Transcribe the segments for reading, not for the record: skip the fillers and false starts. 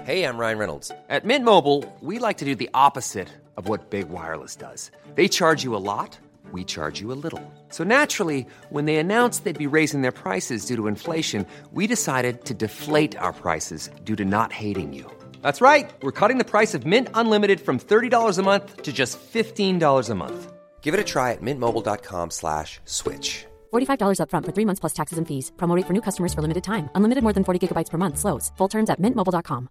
Hey, I'm Ryan Reynolds. At Mint Mobile, we like to do the opposite of what Big Wireless does. They charge you a lot, we charge you a little. So naturally, when they announced they'd be raising their prices due to inflation, we decided to deflate our prices due to not hating you. That's right. We're cutting the price of Mint Unlimited from $30 a month to just $15 a month. Give it a try at mintmobile.com/switch. $45 up front for 3 months plus taxes and fees. Promo rate for new customers for limited time. Unlimited more than 40 gigabytes per month. Slows full terms at mintmobile.com.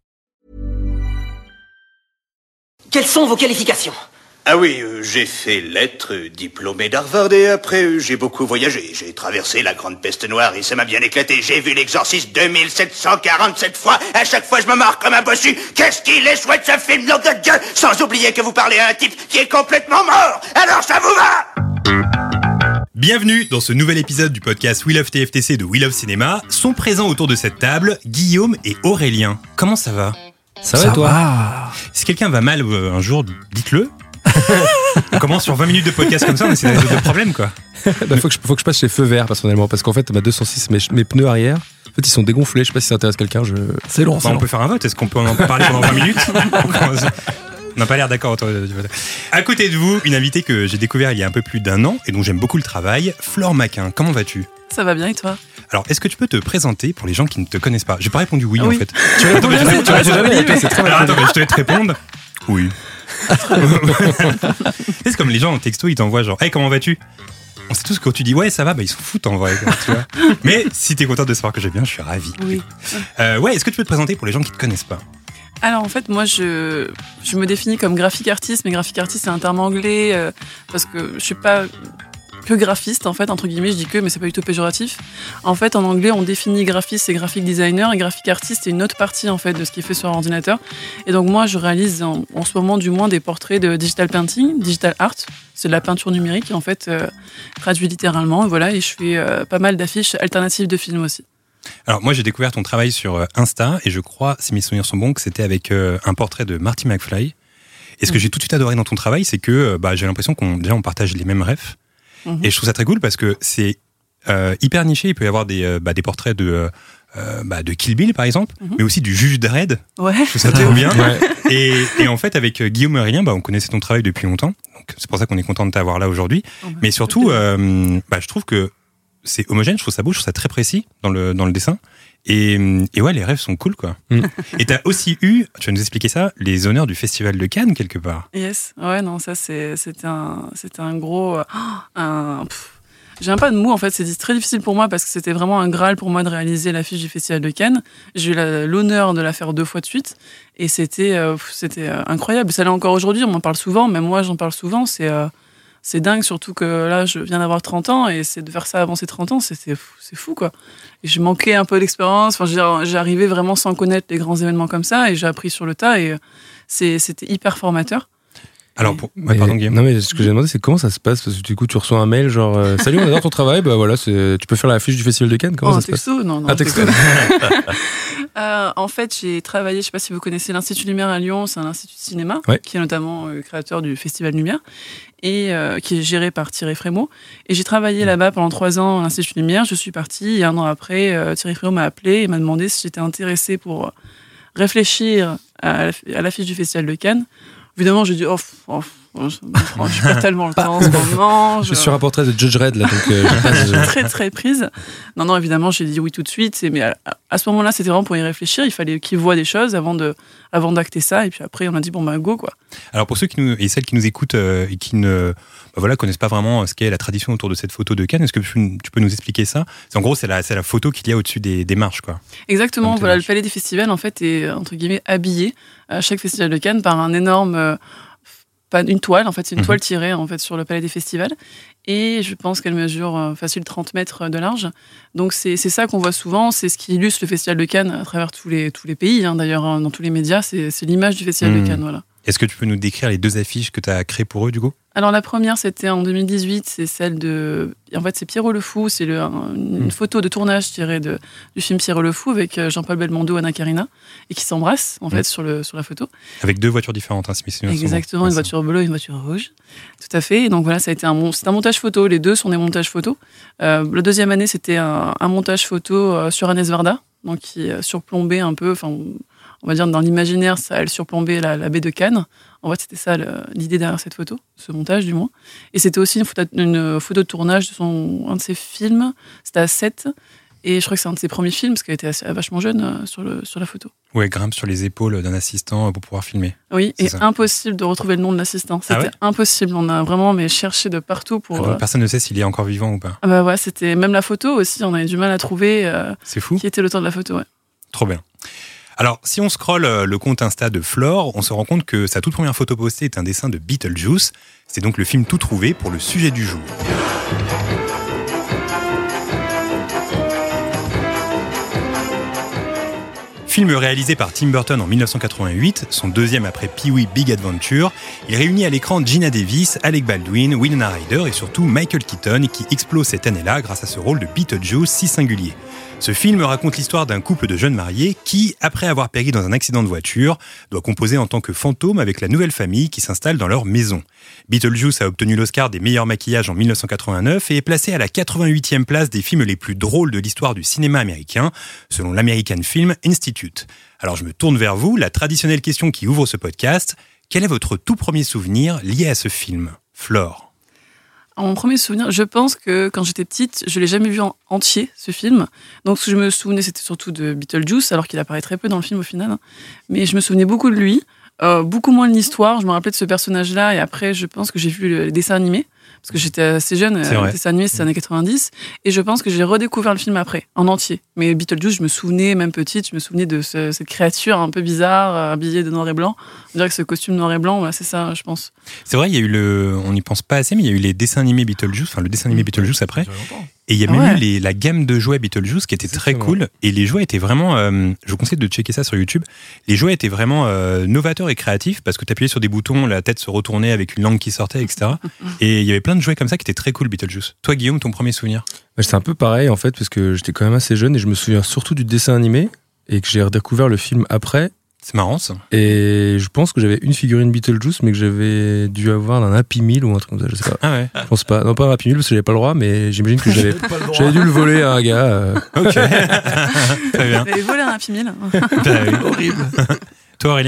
Quelles sont vos qualifications ? Ah oui, j'ai fait lettres, diplômé d'Harvard et après j'ai beaucoup voyagé. J'ai traversé la grande peste noire et ça m'a bien éclaté. J'ai vu l'exorciste 2747 fois. À chaque fois je me marre comme un bossu. Qu'est-ce qu'il est chouette ce film, nom de Dieu. Sans oublier que vous parlez à un type qui est complètement mort. Alors ça vous va ? Bienvenue dans ce nouvel épisode du podcast We Love TFTC de We Love Cinéma. Sont présents autour de cette table Guillaume et Aurélien. Comment ça va ? Ça va et toi ? Si quelqu'un va mal un jour, dites-le. On commence sur 20 minutes de podcast comme ça, mais c'est un problème quoi. Faut que je passe chez Feu Vert personnellement, parce qu'en fait ma 206, mes pneus arrière, en fait ils sont dégonflés, je sais pas si ça intéresse quelqu'un. C'est long. On peut faire un vote, est-ce qu'on peut en parler pendant 20 minutes ? On n'a pas l'air d'accord autour du vote. À côté de vous, une invitée que j'ai découvert il y a un peu plus d'1 an et dont j'aime beaucoup le travail, Flore Maquin. Comment vas-tu ? Ça va bien et toi ? Alors, est-ce que tu peux te présenter pour les gens qui ne te connaissent pas ? J'ai pas répondu oui, en fait. Tu réponds jamais, c'est très mal. Attends, je te laisse répondre. Oui. C'est comme les gens en texto, ils t'envoient genre « Hey, comment vas-tu ?» On sait tous que quand tu dis « Ouais, ça va », ils s'en foutent en vrai. Quoi, tu vois. Mais si t'es content de savoir que j'ai bien, je suis ravi. Oui. Est-ce que tu peux te présenter pour les gens qui te connaissent pas ? Alors en fait, moi je me définis comme graphic artist, mais graphic artist c'est un terme anglais parce que je suis pas que graphiste en fait, entre guillemets, je dis que, mais c'est pas du tout péjoratif. En fait, en anglais, on définit graphiste et graphic designer, et graphic artist c'est une autre partie en fait de ce qui est fait sur ordinateur. Et donc moi, je réalise en ce moment du moins des portraits de digital painting, digital art, c'est de la peinture numérique en fait, traduit littéralement. Et voilà, et je fais pas mal d'affiches alternatives de films aussi. Alors moi j'ai découvert ton travail sur Insta et je crois, si mes souvenirs sont bons, que c'était avec un portrait de Marty McFly. Et ce que j'ai tout de suite adoré dans ton travail, c'est que j'ai l'impression qu'on partage les mêmes rêves. Et je trouve ça très cool parce que c'est hyper niché. Il peut y avoir des portraits de Kill Bill par exemple, mais aussi du Juge Dredd. Ouais. Je trouve ça trop bien. Ouais. Et en fait avec Guillaume et Aurélien, on connaissait ton travail depuis longtemps. Donc c'est pour ça qu'on est content de t'avoir là aujourd'hui. Mais surtout, je trouve que c'est homogène, je trouve ça beau, je trouve ça très précis dans le dessin. Et ouais, les rêves sont cool, quoi. Et t'as aussi eu, tu vas nous expliquer ça, les honneurs du Festival de Cannes, quelque part. Yes, ouais, non, ça, c'était un gros... J'ai pas de mots, en fait, c'est très difficile pour moi parce que c'était vraiment un graal pour moi de réaliser l'affiche du Festival de Cannes. J'ai eu l'honneur de la faire 2 fois de suite et c'était incroyable. Ça l'est encore aujourd'hui, on m'en parle souvent, même moi j'en parle souvent, c'est dingue, surtout que là, je viens d'avoir 30 ans et c'est de faire ça avant ces 30 ans, c'est fou, quoi. Et je manquais un peu d'expérience. Enfin, j'ai arrivé vraiment sans connaître les grands événements comme ça et j'ai appris sur le tas et c'était hyper formateur. Alors, pardon, Guillaume. Non, mais ce que j'ai demandé, c'est comment ça se passe ? Parce que du coup, tu reçois un mail genre salut, on adore ton travail, voilà, tu peux faire l'affiche du Festival de Cannes. Comment ça se passe ? Non, un texto. En fait, j'ai travaillé, je sais pas si vous connaissez l'Institut Lumière à Lyon, c'est un institut de cinéma qui est notamment créateur du Festival Lumière et qui est géré par Thierry Frémaux. Et j'ai travaillé là-bas pendant 3 ans à l'Institut Lumière. Je suis partie et 1 an après, Thierry Frémaux m'a appelé et m'a demandé si j'étais intéressée pour réfléchir à l'affiche du Festival de Cannes. Évidemment, j'ai dit je suis pas tellement le temps en ce moment. Je suis sur un portrait de Judge Dredd là, donc je suis très très prise. Non, évidemment, j'ai dit oui tout de suite. Mais à ce moment-là, c'était vraiment pour y réfléchir. Il fallait qu'ils voient des choses avant d'acter ça. Et puis après, on a dit go quoi. Alors pour ceux et celles qui nous écoutent et qui ne connaissent pas vraiment ce qu'est la tradition autour de cette photo de Cannes, est-ce que tu peux nous expliquer ça ? En gros, c'est la photo qu'il y a au-dessus des marches, quoi. Exactement. Voilà, le palais des festivals en fait est entre guillemets habillé à chaque festival de Cannes par un énorme pas une toile, en fait, c'est une toile tirée en fait sur le palais des festivals. Et je pense qu'elle mesure facile 30 mètres de large. Donc c'est ça qu'on voit souvent, c'est ce qui illustre le Festival de Cannes à travers tous les pays, d'ailleurs dans tous les médias, c'est l'image du Festival de Cannes, voilà. Est-ce que tu peux nous décrire les 2 affiches que tu as créées pour eux, du coup ? Alors la première, c'était en 2018, c'est celle de... En fait, c'est Pierrot le Fou, c'est une photo de tournage tirée du film Pierrot le Fou avec Jean-Paul Belmondo et Anna Karina, et qui s'embrassent, en fait, sur la photo. Avec 2 voitures différentes, hein, si mes souvenirs sont bons. Exactement, une voiture bleue et une voiture rouge. Tout à fait. Et donc voilà, ça a été c'est un montage photo, les 2 sont des montages photos. La 2e année, c'était un montage photo sur Agnès Varda, donc qui surplombait un peu... on va dire dans l'imaginaire, ça allait surplomber la baie de Cannes. En fait, c'était ça l'idée derrière cette photo, ce montage du moins. Et c'était aussi une photo de tournage de un de ses films. C'était à 7. Et je crois que c'est un de ses premiers films, parce qu'elle était vachement jeune sur la photo. Ouais, grimpe sur les épaules d'un assistant pour pouvoir filmer. Oui, et impossible de retrouver le nom de l'assistant. C'était impossible. On a vraiment cherché de partout pour. Personne ne sait s'il est encore vivant ou pas. Ah bah ouais, c'était même la photo aussi. On avait du mal à trouver. C'est fou. Qui était l'auteur de la photo, ouais. Trop bien. Alors, si on scrolle le compte Insta de Flore, on se rend compte que sa toute première photo postée est un dessin de Beetlejuice. C'est donc le film tout trouvé pour le sujet du jour. Film réalisé par Tim Burton en 1988, son deuxième après Pee-wee Big Adventure, il réunit à l'écran Gina Davis, Alec Baldwin, Winona Ryder et surtout Michael Keaton qui explose cette année-là grâce à ce rôle de Beetlejuice si singulier. Ce film raconte l'histoire d'un couple de jeunes mariés qui, après avoir péri dans un accident de voiture, doit composer en tant que fantôme avec la nouvelle famille qui s'installe dans leur maison. Beetlejuice a obtenu l'Oscar des meilleurs maquillages en 1989 et est placé à la 88e place des films les plus drôles de l'histoire du cinéma américain, selon l'American Film Institute. Alors je me tourne vers vous, la traditionnelle question qui ouvre ce podcast. Quel est votre tout premier souvenir lié à ce film, Flore ? Mon premier souvenir, je pense que quand j'étais petite, je l'ai jamais vu en entier, ce film. Donc ce que je me souvenais, c'était surtout de Beetlejuice, alors qu'il apparaît très peu dans le film au final. Mais je me souvenais beaucoup de lui, beaucoup moins de l'histoire. Je me rappelais de ce personnage-là et après, je pense que j'ai vu le dessin animé. Parce que j'étais assez jeune, le dessin animé, c'est les années 90. Et je pense que j'ai redécouvert le film après, en entier. Mais Beetlejuice, je me souvenais, même petite, je me souvenais de cette créature un peu bizarre, habillée de noir et blanc. On dirait que ce costume noir et blanc, voilà, c'est ça, je pense. C'est vrai, il y a eu on n'y pense pas assez, mais il y a eu les dessins animés Beetlejuice, enfin le dessin animé Beetlejuice après. Et il y a même eu la gamme de jouets Beetlejuice qui était très cool. Et les jouets étaient vraiment, je vous conseille de checker ça sur YouTube, les jouets étaient vraiment novateurs et créatifs parce que tu appuyais sur des boutons, la tête se retournait avec une langue qui sortait, etc. Et il y avait plein de jouets comme ça qui étaient très cool, Beetlejuice. Toi, Guillaume, ton premier souvenir ? C'est un peu pareil en fait, parce que j'étais quand même assez jeune et je me souviens surtout du dessin animé et que j'ai redécouvert le film après. C'est marrant ça. Et je pense que j'avais une figurine Beetlejuice, mais que j'avais dû avoir d'un Happy Meal ou un truc comme ça, je sais pas. Ah ouais. Je pense pas. Non, pas un Happy Meal parce que j'avais pas le droit, mais j'imagine que j'avais dû le voler à un gars. Ok. Très bien. Vous avez volé un Happy Meal. Horrible. Toi, Aurélien ?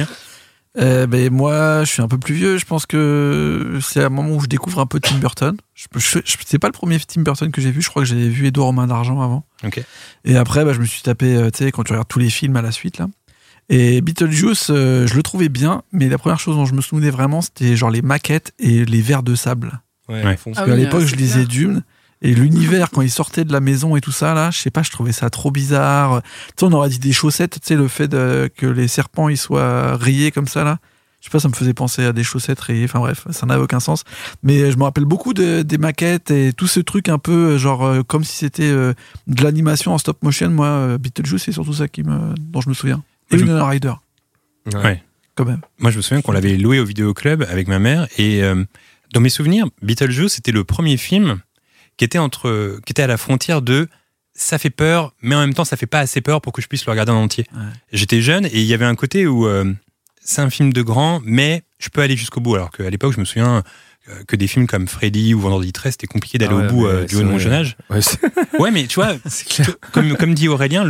Moi, je suis un peu plus vieux. Je pense que c'est un moment où je découvre un peu Tim Burton. C'est pas le premier Tim Burton que j'ai vu. Je crois que j'avais vu Édouard aux mains d'argent avant. Ok. Et après, je me suis tapé, tu sais, quand tu regardes tous les films à la suite, là. Et Beetlejuice, je le trouvais bien, mais la première chose dont je me souvenais vraiment, c'était genre les maquettes et les vers de sable. Ouais. Parce qu'à l'époque, je lisais Dune. Et l'univers, quand il sortait de la maison et tout ça, là, je sais pas, je trouvais ça trop bizarre. Tu sais, on aurait dit des chaussettes, tu sais, le fait que les serpents, ils soient rayés comme ça, là. Je sais pas, ça me faisait penser à des chaussettes rayées. Enfin bref, ça n'avait aucun sens. Mais je me rappelle beaucoup des maquettes et tout ce truc un peu, genre, comme si c'était de l'animation en stop motion. Moi, Beetlejuice, c'est surtout ça dont je me souviens. Et Winona Ryder. Ouais. Quand même. Moi, je me souviens qu'on l'avait loué au vidéoclub avec ma mère. Et dans mes souvenirs, Beetlejuice, c'était le premier film qui était à la frontière de ça fait peur, mais en même temps, ça fait pas assez peur pour que je puisse le regarder en entier. Ouais. J'étais jeune et il y avait un côté où c'est un film de grand, mais je peux aller jusqu'au bout. Alors qu'à l'époque, je me souviens que des films comme Freddy ou Vendredi 13, c'était compliqué d'aller au bout du haut de mon jeune âge. Ouais, mais tu vois, comme dit Aurélien,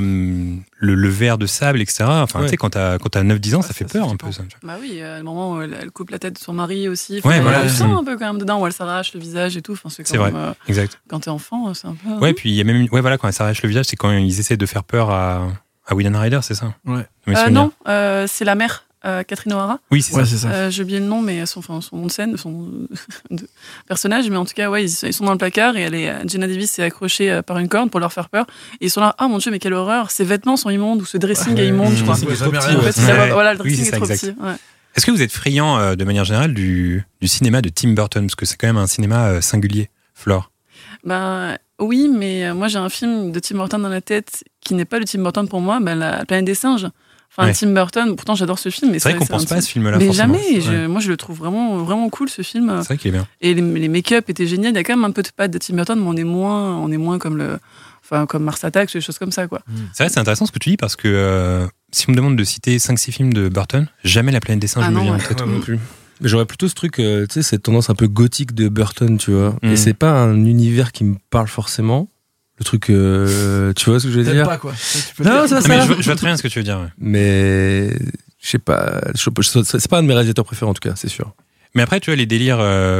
le verre de sable, etc. Enfin, tu sais, quand t'as 9-10 ans, ça fait peur un peu. Ça. Bah oui, le moment où elle coupe la tête de son mari aussi. Ouais, voilà. Elle sent un peu quand même dedans, où elle s'arrache le visage et tout. Enfin, c'est vrai, exact. Quand t'es enfant, c'est un peu... Ouais, puis il y a même... Ouais, voilà, quand elle s'arrache le visage, c'est quand ils essaient de faire peur à Winona Ryder, c'est ça ? Ouais. Non, c'est la mère. Catherine O'Hara. Oui, c'est ça. J'ai oublié le nom, mais son nom de scène, son nom de personnage, mais en tout cas, ouais, ils sont dans le placard et Gina Davis est accrochée par une corde pour leur faire peur. Et ils sont là, oh mon Dieu, mais quelle horreur, ses vêtements sont immondes ou ce dressing est immonde, je crois. Voilà, le dressing est trop petit. Ouais. Est-ce que vous êtes friand de manière générale du cinéma de Tim Burton ? Parce que c'est quand même un cinéma singulier, Flore. Oui, mais moi j'ai un film de Tim Burton dans la tête qui n'est pas le Tim Burton pour moi, La Planète des Singes. Enfin, Tim Burton, pourtant j'adore ce film. Mais c'est vrai qu'on pense pas à ce film-là. Mais forcément. jamais. Moi je le trouve vraiment, vraiment cool ce film. C'est vrai qu'il est bien. Et les make-up étaient géniaux. Il y a quand même un peu de patte de Tim Burton, mais on est moins comme comme Mars Attacks, des choses comme ça, quoi. C'est vrai, c'est intéressant ce que tu dis parce que si on me demande de citer 5-6 films de Burton, jamais La Planète des Singes me vient en tête. Non plus. Mais j'aurais plutôt ce truc, tu sais, cette tendance un peu gothique de Burton, tu vois. Et c'est pas un univers qui me parle forcément. Le truc, tu vois ce que je veux T'aimes dire? pas, quoi. Ça, tu peux Non, dire. ça, Ah, mais je vois très bien ce que tu veux dire. Ouais. Mais je sais pas, c'est pas un de mes réalisateurs préférés en tout cas, c'est sûr. Mais après, tu vois, les délires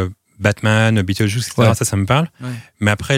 Batman, Beetlejuice, etc., Ouais. ça me parle. Ouais. Mais après,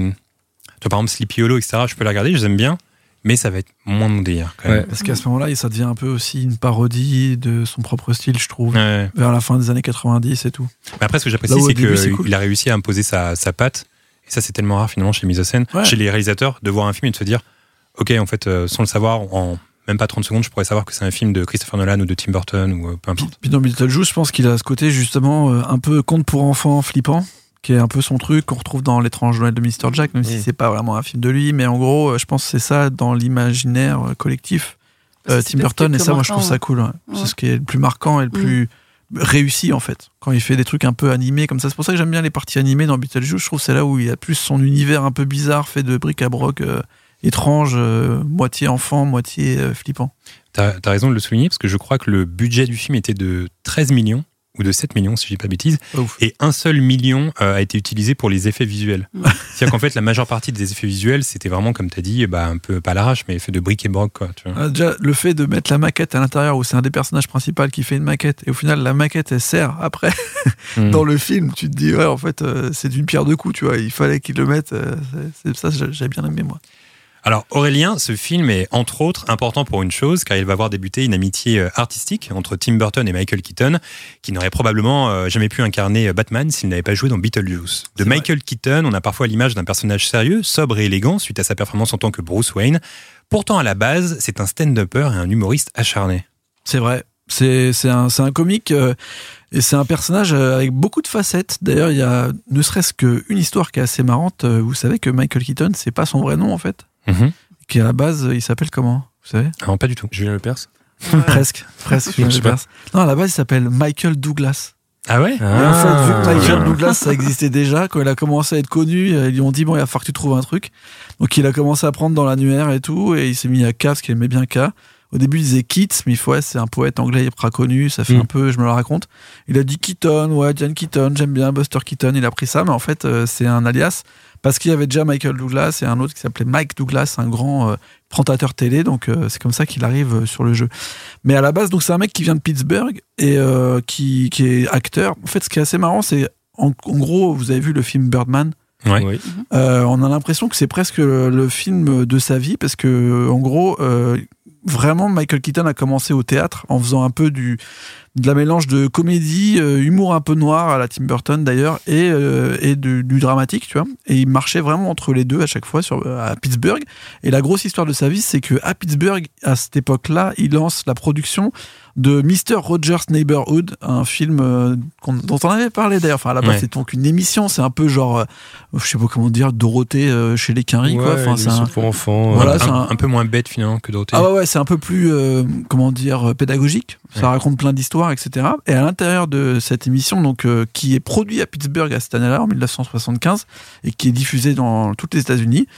toi, par exemple, Sleepy Hollow, etc., je peux les regarder, je les aime bien, mais ça va être moins mon délire, quand même. Ouais. Parce qu'à ce moment-là, ça devient un peu aussi une parodie de son propre style, je trouve. Ouais. Vers la fin des années 90 et tout. Mais après, ce que j'apprécie, Là où au c'est début, c'est cool. qu'il a réussi à imposer sa patte. Et ça, c'est tellement rare, finalement, chez les mises en scène, Ouais. chez les réalisateurs, de voir un film et de se dire, OK, en fait, sans le savoir, en même pas 30 secondes, je pourrais savoir que c'est un film de Christopher Nolan ou de Tim Burton ou peu importe. Puis dans Beetlejuice, je pense qu'il a ce côté justement un peu conte pour enfants flippant, qui est un peu son truc qu'on retrouve dans L'étrange Noël de Mr. Jack, même si c'est pas vraiment un film de lui, mais en gros, je pense que c'est ça dans l'imaginaire collectif. C'est Tim Burton, et ça, moi, je trouve marquant, ça cool. Ouais. Ouais. C'est ce qui est le plus marquant et le plus réussi, en fait. Quand il fait des trucs un peu animés comme ça. C'est pour ça que j'aime bien les parties animées dans Beetlejuice. Je trouve que c'est là où il y a plus son univers un peu bizarre, fait de bric-à-broc étrange, moitié enfant, moitié flippant. T'as raison de le souligner, parce que je crois que le budget du film était de 13 millions, ou de 7 millions, si je dis pas de bêtises, Ouf. et un seul million a été utilisé pour les effets visuels. C'est-à-dire qu'en fait, la majeure partie des effets visuels, c'était vraiment, comme t'as dit, un peu, pas à l'arrache, mais fait de bric et broc, quoi, tu vois. Déjà, le fait de mettre la maquette à l'intérieur, où c'est un des personnages principaux qui fait une maquette, et au final, la maquette, elle sert après dans le film, tu te dis, ouais, en fait, c'est d'une pierre deux coups, tu vois, il fallait qu'ils le mettent. C'est ça, j'ai bien aimé, moi. Alors Aurélien, ce film est entre autres important pour une chose, car il va voir débuter une amitié artistique entre Tim Burton et Michael Keaton, qui n'aurait probablement jamais pu incarner Batman s'il n'avait pas joué dans Beetlejuice. De C'est Michael Keaton, on a parfois l'image d'un personnage sérieux, sobre et élégant suite à sa performance en tant que Bruce Wayne. Pourtant à la base, c'est un stand-upper et un humoriste acharné. C'est vrai. C'est un comique et c'est un personnage avec beaucoup de facettes. D'ailleurs, il y a ne serait-ce qu'une histoire qui est assez marrante. Vous savez que Michael Keaton, c'est pas son vrai nom en fait. Qui à la base, il s'appelle comment? Vous savez? Non, pas du tout. Julien Lepers. Presque. Je sais pas. Non, à la base, il s'appelle Michael Douglas. Ah ouais? Et en fait, vu que Michael bien. Douglas, ça existait déjà, quand il a commencé à être connu, ils lui ont dit, bon, il va falloir que tu trouves un truc. Donc, il a commencé à prendre dans l'annuaire et tout, et il s'est mis à K, parce qu'il aimait bien K. Au début, il disait Keats, mais ouais, c'est un poète anglais hyper connu, ça fait un peu, je me le raconte. Il a dit Keaton, ouais, Diane Keaton, j'aime bien Buster Keaton, il a pris ça, mais en fait, c'est un alias, parce qu'il y avait déjà Michael Douglas et un autre qui s'appelait Mike Douglas, un grand présentateur télé, donc c'est comme ça qu'il arrive sur le jeu. Mais à la base, donc c'est un mec qui vient de Pittsburgh et qui est acteur. En fait, ce qui est assez marrant, c'est en gros, vous avez vu le film Birdman. Ouais. Oui. On a l'impression que c'est presque le film de sa vie parce que en gros vraiment Michael Keaton a commencé au théâtre en faisant un peu de la mélange de comédie, humour un peu noir à la Tim Burton d'ailleurs et du dramatique, tu vois, et il marchait vraiment entre les deux à chaque fois à Pittsburgh. Et la grosse histoire de sa vie, c'est que à Pittsburgh, à cette époque-là, il lance la production de Mr. Rogers' Neighborhood, un film dont on avait parlé d'ailleurs. Enfin, à la base, c'est donc une émission, c'est un peu genre, je sais pas comment dire, Dorothée chez les Quinry, quoi. Enfin, c'est pour enfants. Voilà, un peu moins bête finalement que Dorothée. Ah ouais, c'est un peu plus, comment dire, pédagogique. Ça raconte plein d'histoires, etc. Et à l'intérieur de cette émission, donc, qui est produite à Pittsburgh à cette année-là, en 1975, et qui est diffusée dans toutes les États-Unis,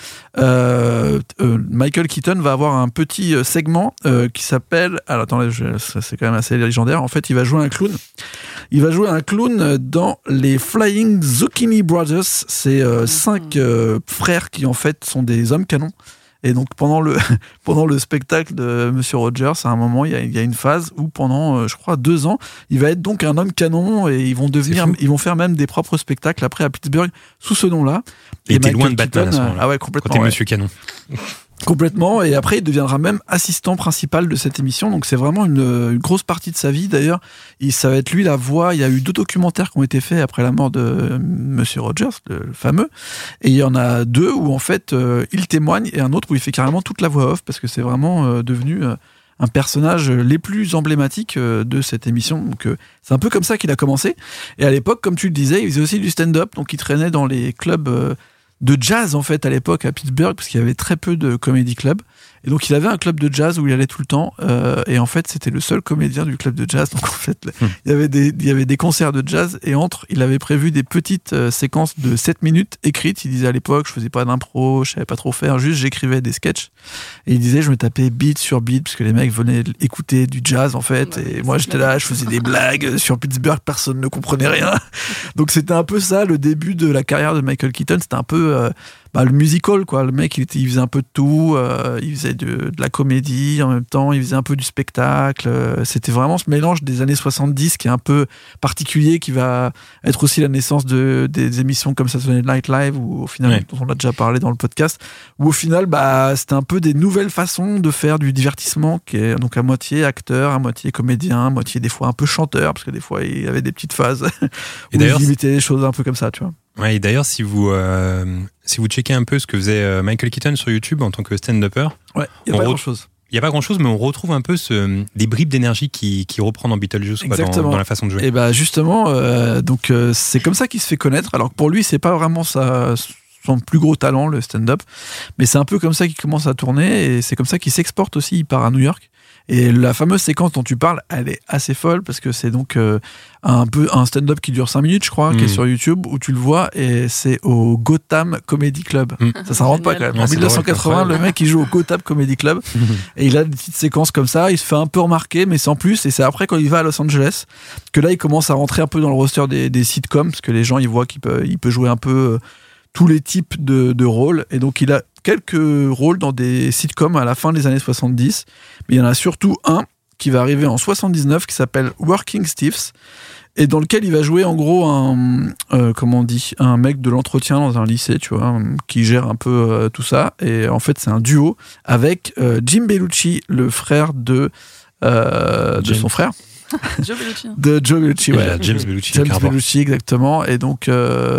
Michael Keaton va avoir un petit segment qui s'appelle... Alors attendez, c'est quand même assez légendaire. En fait, il va jouer un clown. Il va jouer un clown dans les Flying Zucchini Brothers. C'est 5 frères qui, en fait, sont des hommes canons. Et donc, pendant le spectacle de Monsieur Rogers, à un moment, il y a une phase où, pendant, je crois, 2 ans, il va être donc un homme canon et ils vont faire même des propres spectacles après à Pittsburgh sous ce nom-là. Et t'es loin de Keaton, Batman à ce moment-là. Ah ouais, complètement. Quand t'es ouais. Monsieur Canon. Complètement, et après il deviendra même assistant principal de cette émission, donc c'est vraiment une grosse partie de sa vie. D'ailleurs, ça va être lui la voix. Il y a eu 2 documentaires qui ont été faits après la mort de Monsieur Rogers, le fameux, et il y en a 2 où en fait il témoigne et un autre où il fait carrément toute la voix off parce que c'est vraiment devenu un personnage les plus emblématiques de cette émission. Donc c'est un peu comme ça qu'il a commencé, et à l'époque, comme tu le disais, il faisait aussi du stand-up, donc il traînait dans les clubs de jazz en fait à l'époque à Pittsburgh, parce qu'il y avait très peu de comedy club, et donc il avait un club de jazz où il allait tout le temps, et en fait c'était le seul comédien du club de jazz. Donc en fait il y avait des concerts de jazz, et il avait prévu des petites séquences de 7 minutes écrites. Il disait à l'époque, je faisais pas d'impro, je savais pas trop faire, juste j'écrivais des sketchs, et il disait je me tapais beat sur beat parce que les mecs venaient écouter du jazz en fait, et moi j'étais là, je faisais des blagues sur Pittsburgh, personne ne comprenait rien. Donc c'était un peu ça le début de la carrière de Michael Keaton. C'était un peu le musical, quoi. Le mec, il faisait un peu de tout. Il faisait de la comédie en même temps. Il faisait un peu du spectacle. C'était vraiment ce mélange des années 70 qui est un peu particulier, qui va être aussi la naissance des émissions comme Saturday Night Live, où au final, dont on a déjà parlé dans le podcast, où au final, c'était un peu des nouvelles façons de faire du divertissement, qui est donc à moitié acteur, à moitié comédien, à moitié des fois un peu chanteur, parce que des fois, il y avait des petites phases où il imitait des choses un peu comme ça, tu vois. Ouais, et d'ailleurs, si vous checkez un peu ce que faisait Michael Keaton sur YouTube en tant que stand-upper, il n'y a pas grand-chose. Il n'y a pas grand-chose, mais on retrouve un peu des bribes d'énergie qui reprend dans Beetlejuice, dans la façon de jouer. Et justement, c'est comme ça qu'il se fait connaître. Alors que pour lui, c'est pas vraiment son plus gros talent, le stand-up, mais c'est un peu comme ça qu'il commence à tourner, et c'est comme ça qu'il s'exporte aussi. Il part à New York. Et la fameuse séquence dont tu parles, elle est assez folle, parce que c'est donc un stand-up qui dure 5 minutes, je crois, qui est sur YouTube, où tu le vois, et c'est au Gotham Comedy Club. Ça s'en rend pas quand même. En 1980, le mec, il joue au Gotham Comedy Club, et il a des petites séquences comme ça, il se fait un peu remarquer, mais sans plus, et c'est après, quand il va à Los Angeles, que là, il commence à rentrer un peu dans le roster des sitcoms, parce que les gens, ils voient qu'il peut jouer un peu tous les types de rôles, et donc il a quelques rôles dans des sitcoms à la fin des années 70, mais il y en a surtout un qui va arriver en 79 qui s'appelle Working Stiffs, et dans lequel il va jouer en gros un mec de l'entretien dans un lycée, tu vois, qui gère un peu tout ça, et en fait c'est un duo avec Jim Bellucci, le frère de son frère. Joe Bellucci. De Joe Bellucci, ouais. James Bellucci. James Bellucci, exactement, et donc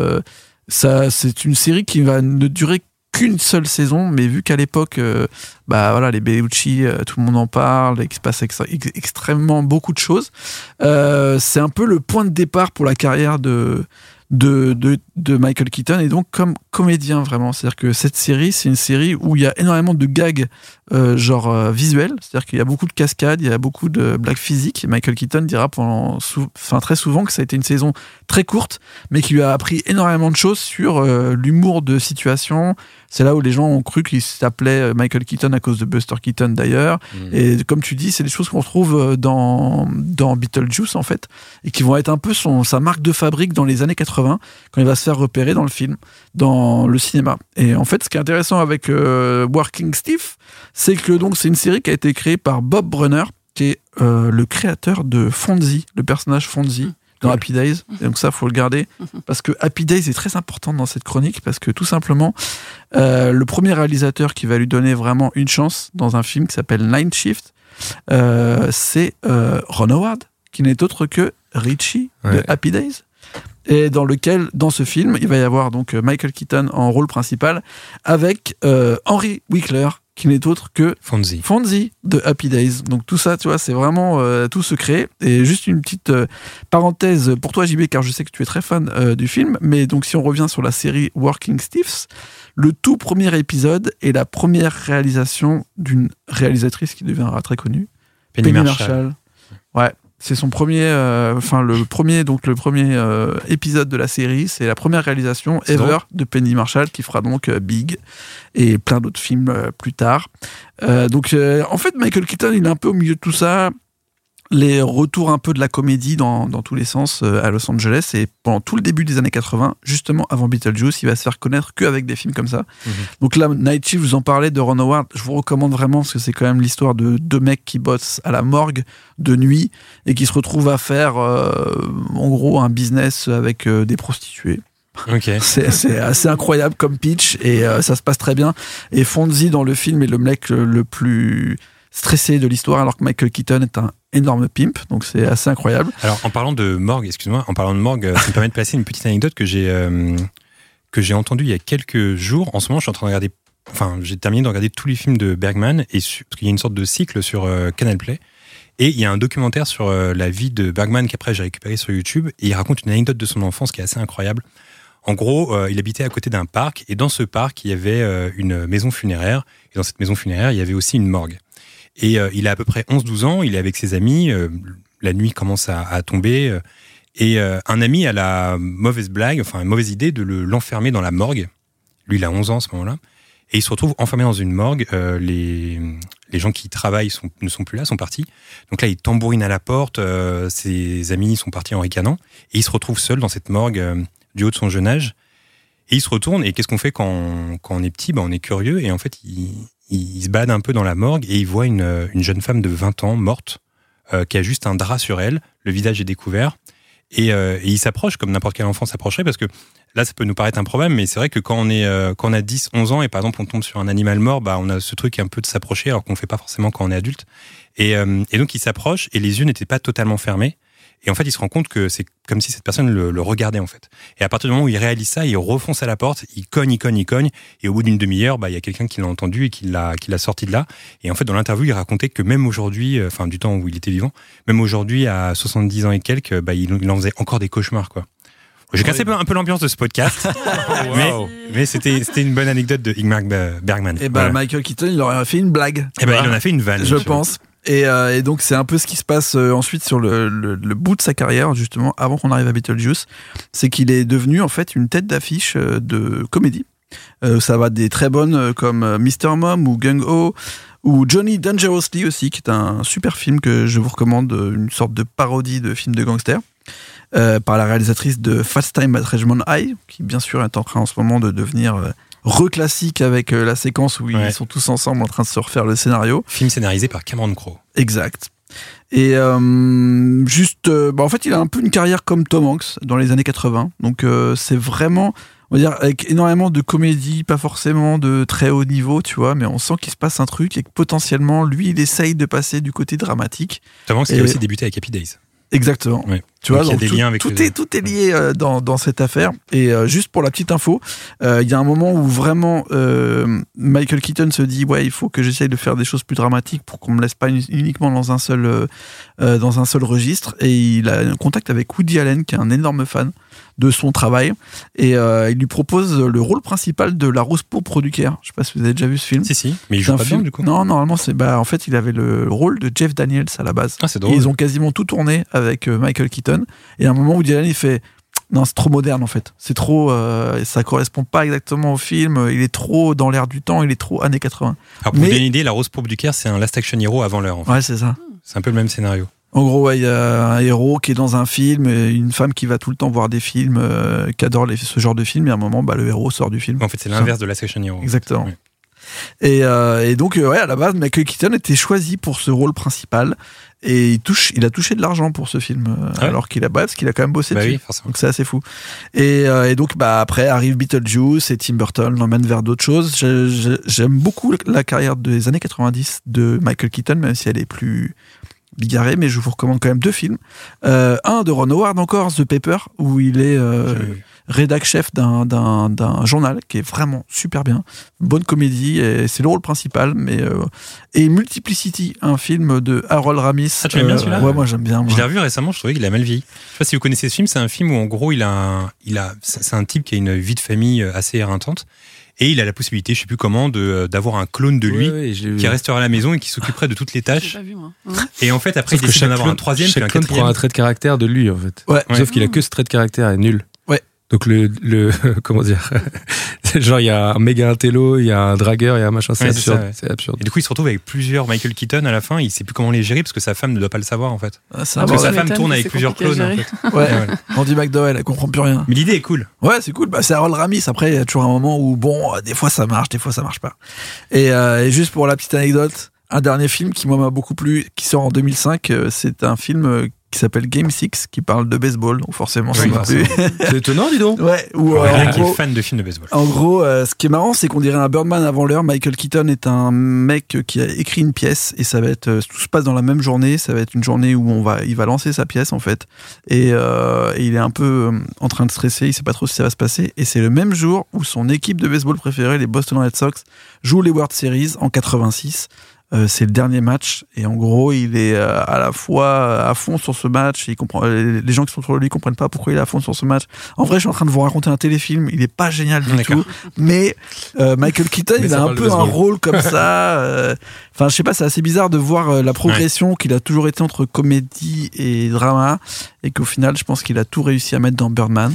ça, c'est une série qui va ne durer qu'une seule saison, mais vu qu'à l'époque, les Bellucci, tout le monde en parle, et qu'il se passe extrêmement beaucoup de choses, c'est un peu le point de départ pour la carrière de Michael Keaton, et donc comme comédien vraiment. C'est-à-dire que cette série, c'est une série où il y a énormément de gags visuels, c'est-à-dire qu'il y a beaucoup de cascades, il y a beaucoup de blagues physiques, et Michael Keaton dira très souvent que ça a été une saison très courte, mais qui lui a appris énormément de choses sur l'humour de situation. C'est là où les gens ont cru qu'il s'appelait Michael Keaton à cause de Buster Keaton d'ailleurs. Et comme tu dis, c'est des choses qu'on retrouve dans Beetlejuice en fait, et qui vont être un peu sa marque de fabrique dans les années 80, quand il va se faire repérer dans le film, dans le cinéma. Et en fait, ce qui est intéressant avec Working Stiff, c'est que donc c'est une série qui a été créée par Bob Brunner, qui est le créateur de Fonzie, le personnage Fonzie dans Happy Days. Et donc ça, faut le garder, parce que Happy Days est très important dans cette chronique, parce que tout simplement, le premier réalisateur qui va lui donner vraiment une chance dans un film qui s'appelle Night Shift, c'est Ron Howard, qui n'est autre que Richie de Happy Days. Et dans ce film, il va y avoir donc Michael Keaton en rôle principal, avec Henry Winkler, qui n'est autre que Fonzie de Happy Days. Donc tout ça, tu vois, c'est vraiment tout se crée. Et juste une petite parenthèse pour toi, JB, car je sais que tu es très fan du film, mais donc si on revient sur la série Working Stiffs, le tout premier épisode est la première réalisation d'une réalisatrice qui deviendra très connue, Penny Marshall. Ouais. C'est son premier, le premier épisode de la série. C'est la première réalisation ever de Penny Marshall, qui fera donc Big et plein d'autres films plus tard. En fait, Michael Keaton, il est un peu au milieu de tout ça. Les retours un peu de la comédie dans tous les sens à Los Angeles, et pendant tout le début des années 80, justement avant Beetlejuice, il va se faire connaître qu'avec des films comme ça. Donc là, Night Shift, vous en parlez de Ron Howard, je vous recommande vraiment, parce que c'est quand même l'histoire de deux mecs qui bossent à la morgue de nuit et qui se retrouvent à faire en gros un business avec des prostituées. Okay. C'est assez incroyable comme pitch, et ça se passe très bien. Et Fonzie dans le film est le mec le plus stressé de l'histoire, alors que Michael Keaton est un énorme pimp, donc c'est assez incroyable. Alors en parlant de morgue, ça me permet de placer une petite anecdote que j'ai entendue il y a quelques jours. En ce moment, je suis en train de regarder, j'ai terminé de regarder tous les films de Bergman, parce qu'il y a une sorte de cycle sur Canal Play, et il y a un documentaire sur la vie de Bergman qu'après j'ai récupéré sur YouTube, et il raconte une anecdote de son enfance qui est assez incroyable. En gros, il habitait à côté d'un parc, et dans ce parc, il y avait une maison funéraire, et dans cette maison funéraire, il y avait aussi une morgue. Et il a à peu près 11-12 ans, il est avec ses amis, la nuit commence à tomber, et un ami a la mauvaise idée de l'enfermer dans la morgue. Lui, il a 11 ans à ce moment-là, et il se retrouve enfermé dans une morgue. Les gens qui y travaillent ne sont plus là, sont partis. Donc là, il tambourine à la porte, ses amis sont partis en ricanant, et il se retrouve seul dans cette morgue du haut de son jeune âge. Et il se retourne, et qu'est-ce qu'on fait quand on est petit? On est curieux, et en fait, il se balade un peu dans la morgue, et il voit une jeune femme de 20 ans, morte, qui a juste un drap sur elle, le visage est découvert, et il s'approche, comme n'importe quel enfant s'approcherait, parce que là, ça peut nous paraître un problème, mais c'est vrai que quand on a 10, 11 ans, et par exemple, on tombe sur un animal mort, on a ce truc un peu de s'approcher, alors qu'on ne fait pas forcément quand on est adulte. Et donc, il s'approche, et les yeux n'étaient pas totalement fermés. Et en fait, il se rend compte que c'est comme si cette personne le regardait, en fait. Et à partir du moment où il réalise ça, il refonce à la porte, il cogne. Et au bout d'une demi-heure, il y a quelqu'un qui l'a entendu et qui l'a sorti de là. Et en fait, dans l'interview, il racontait que même aujourd'hui, du temps où il était vivant, même aujourd'hui, à 70 ans et quelques, il en faisait encore des cauchemars, quoi. J'ai cassé un peu l'ambiance de ce podcast, mais c'était une bonne anecdote de Ingmar Bergman. Et voilà. Michael Keaton, il aurait fait une blague. Et il en a fait une vanne. Je pense. Et donc c'est un peu ce qui se passe ensuite sur le bout de sa carrière, justement, avant qu'on arrive à Beetlejuice. C'est qu'il est devenu en fait une tête d'affiche de comédie. Ça va des très bonnes comme Mr. Mom ou Gung Ho, ou Johnny Dangerously aussi, qui est un super film que je vous recommande, une sorte de parodie de film de gangster. Par la réalisatrice de Fast Time at Ridgemont High, qui bien sûr est en train en ce moment de devenir reclassique avec la séquence où ils sont tous ensemble en train de se refaire le scénario. Film scénarisé par Cameron Crowe. Exact. Et en fait, il a un peu une carrière comme Tom Hanks dans les années 80. Donc c'est vraiment, on va dire, avec énormément de comédie, pas forcément de très haut niveau, tu vois, mais on sent qu'il se passe un truc et que potentiellement, lui, il essaye de passer du côté dramatique. Tom Hanks, il a aussi débuté avec Happy Days. Exactement. Ouais. Tu vois, donc, il y a des liens avec tout est lié dans cette affaire. Et juste pour la petite info, il y a un moment où vraiment Michael Keaton se dit il faut que j'essaye de faire des choses plus dramatiques pour qu'on me laisse pas uniquement dans un seul registre. Et il a un contact avec Woody Allen, qui est un énorme fan de son travail, et il lui propose le rôle principal de la Rose pourpre du Caire. Je sais pas si vous avez déjà vu ce film. Si, mais il joue pas bien du coup. Non, normalement en fait il avait le rôle de Jeff Daniels à la base. Ah, c'est drôle. Et ils ont quasiment tout tourné avec Michael Keaton. Et à un moment où Woody Allen il fait non, c'est trop moderne en fait. C'est trop, ça correspond pas exactement au film. Il est trop dans l'air du temps. Il est trop années 80. Alors pour vous donner une idée, la Rose pourpre du Caire, c'est un Last Action Hero avant l'heure. En fait. Ouais, c'est ça. C'est un peu le même scénario. En gros, il y a un héros qui est dans un film, une femme qui va tout le temps voir des films, qui adore ce genre de film, et à un moment, le héros sort du film. En fait, c'est l'inverse de Last Action Hero. Exactement. Ouais. Et donc, à la base, Michael Keaton était choisi pour ce rôle principal, et il a touché de l'argent pour ce film, alors qu'il a parce qu'il a quand même bossé dessus. Oui, forcément. Donc c'est assez fou. Et donc, après arrive Beetlejuice, et Tim Burton l'emmène vers d'autres choses. J'aime beaucoup la carrière des années 90 de Michael Keaton, même si elle est plus bigarré, mais je vous recommande quand même 2 films. Un de Ron Howard encore, The Paper, où il est rédac chef d'un journal qui est vraiment super bien. Bonne comédie, et c'est le rôle principal. Et Multiplicity, un film de Harold Ramis. Ah, tu aimes bien celui-là ? Ouais, moi j'aime bien. Je l'ai revu récemment, je trouvais qu'il a mal vieilli. Je sais pas si vous connaissez ce film, c'est un film où en gros c'est un type qui a une vie de famille assez éreintante. Et il a la possibilité, je sais plus comment, d'avoir un clone de lui qui restera à la maison et qui s'occuperait de toutes les tâches. J'ai pas vu, moi. Et en fait, après, il décide d'en avoir un troisième, puis un clone quatrième. prend un trait de caractère de lui, en fait. Ouais. Sauf qu'il a que ce trait de caractère, est nul. Ouais. Donc comment dire, genre il y a un méga intello, il y a un dragueur, il y a un machin, c'est absurde. C'est absurde. Et du coup, il se retrouve avec plusieurs Michael Keaton à la fin, il sait plus comment les gérer parce que sa femme ne doit pas le savoir en fait. Parce que sa femme tourne avec plusieurs clones en fait. Ouais. Andy McDowell, elle comprend plus rien. Mais l'idée est cool. Ouais, c'est cool. C'est Harold Ramis. Après, il y a toujours un moment où des fois ça marche, des fois ça marche pas. Et juste pour la petite anecdote, un dernier film qui moi m'a beaucoup plu, qui sort en 2005, c'est un film qui s'appelle Game 6, qui parle de baseball, donc forcément ça m'a plu. C'est étonnant, dis donc. Ouais, qui est fan de films de baseball. En gros, ce qui est marrant, c'est qu'on dirait un Birdman avant l'heure. Michael Keaton est un mec qui a écrit une pièce, et ça va être, tout se passe dans la même journée. Ça va être une journée où il va lancer sa pièce en fait, et il est un peu en train de stresser. Il sait pas trop si ça va se passer, et c'est le même jour où son équipe de baseball préférée, les Boston Red Sox, joue les World Series en 86. C'est le dernier match, et en gros il est à la fois à fond sur ce match, les gens qui sont sur lui comprennent pas pourquoi il est à fond sur ce match. En vrai, je suis en train de vous raconter un téléfilm, il est pas génial du tout, mais Michael Keaton il a un peu un rôle comme ça, enfin je sais pas, c'est assez bizarre de voir la progression qu'il a toujours été entre comédie et drama, et qu'au final je pense qu'il a tout réussi à mettre dans Birdman.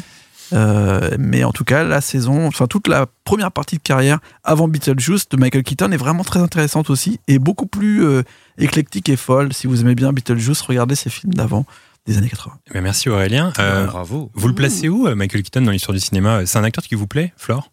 Mais en tout cas, toute la première partie de carrière avant Beetlejuice de Michael Keaton est vraiment très intéressante aussi, et beaucoup plus éclectique et folle. Si vous aimez bien Beetlejuice, regardez ces films d'avant. des années 80. Eh bien, merci Aurélien. Bravo. Vous le placez où, Michael Keaton, dans l'histoire du cinéma? C'est un acteur qui vous plaît, Flore?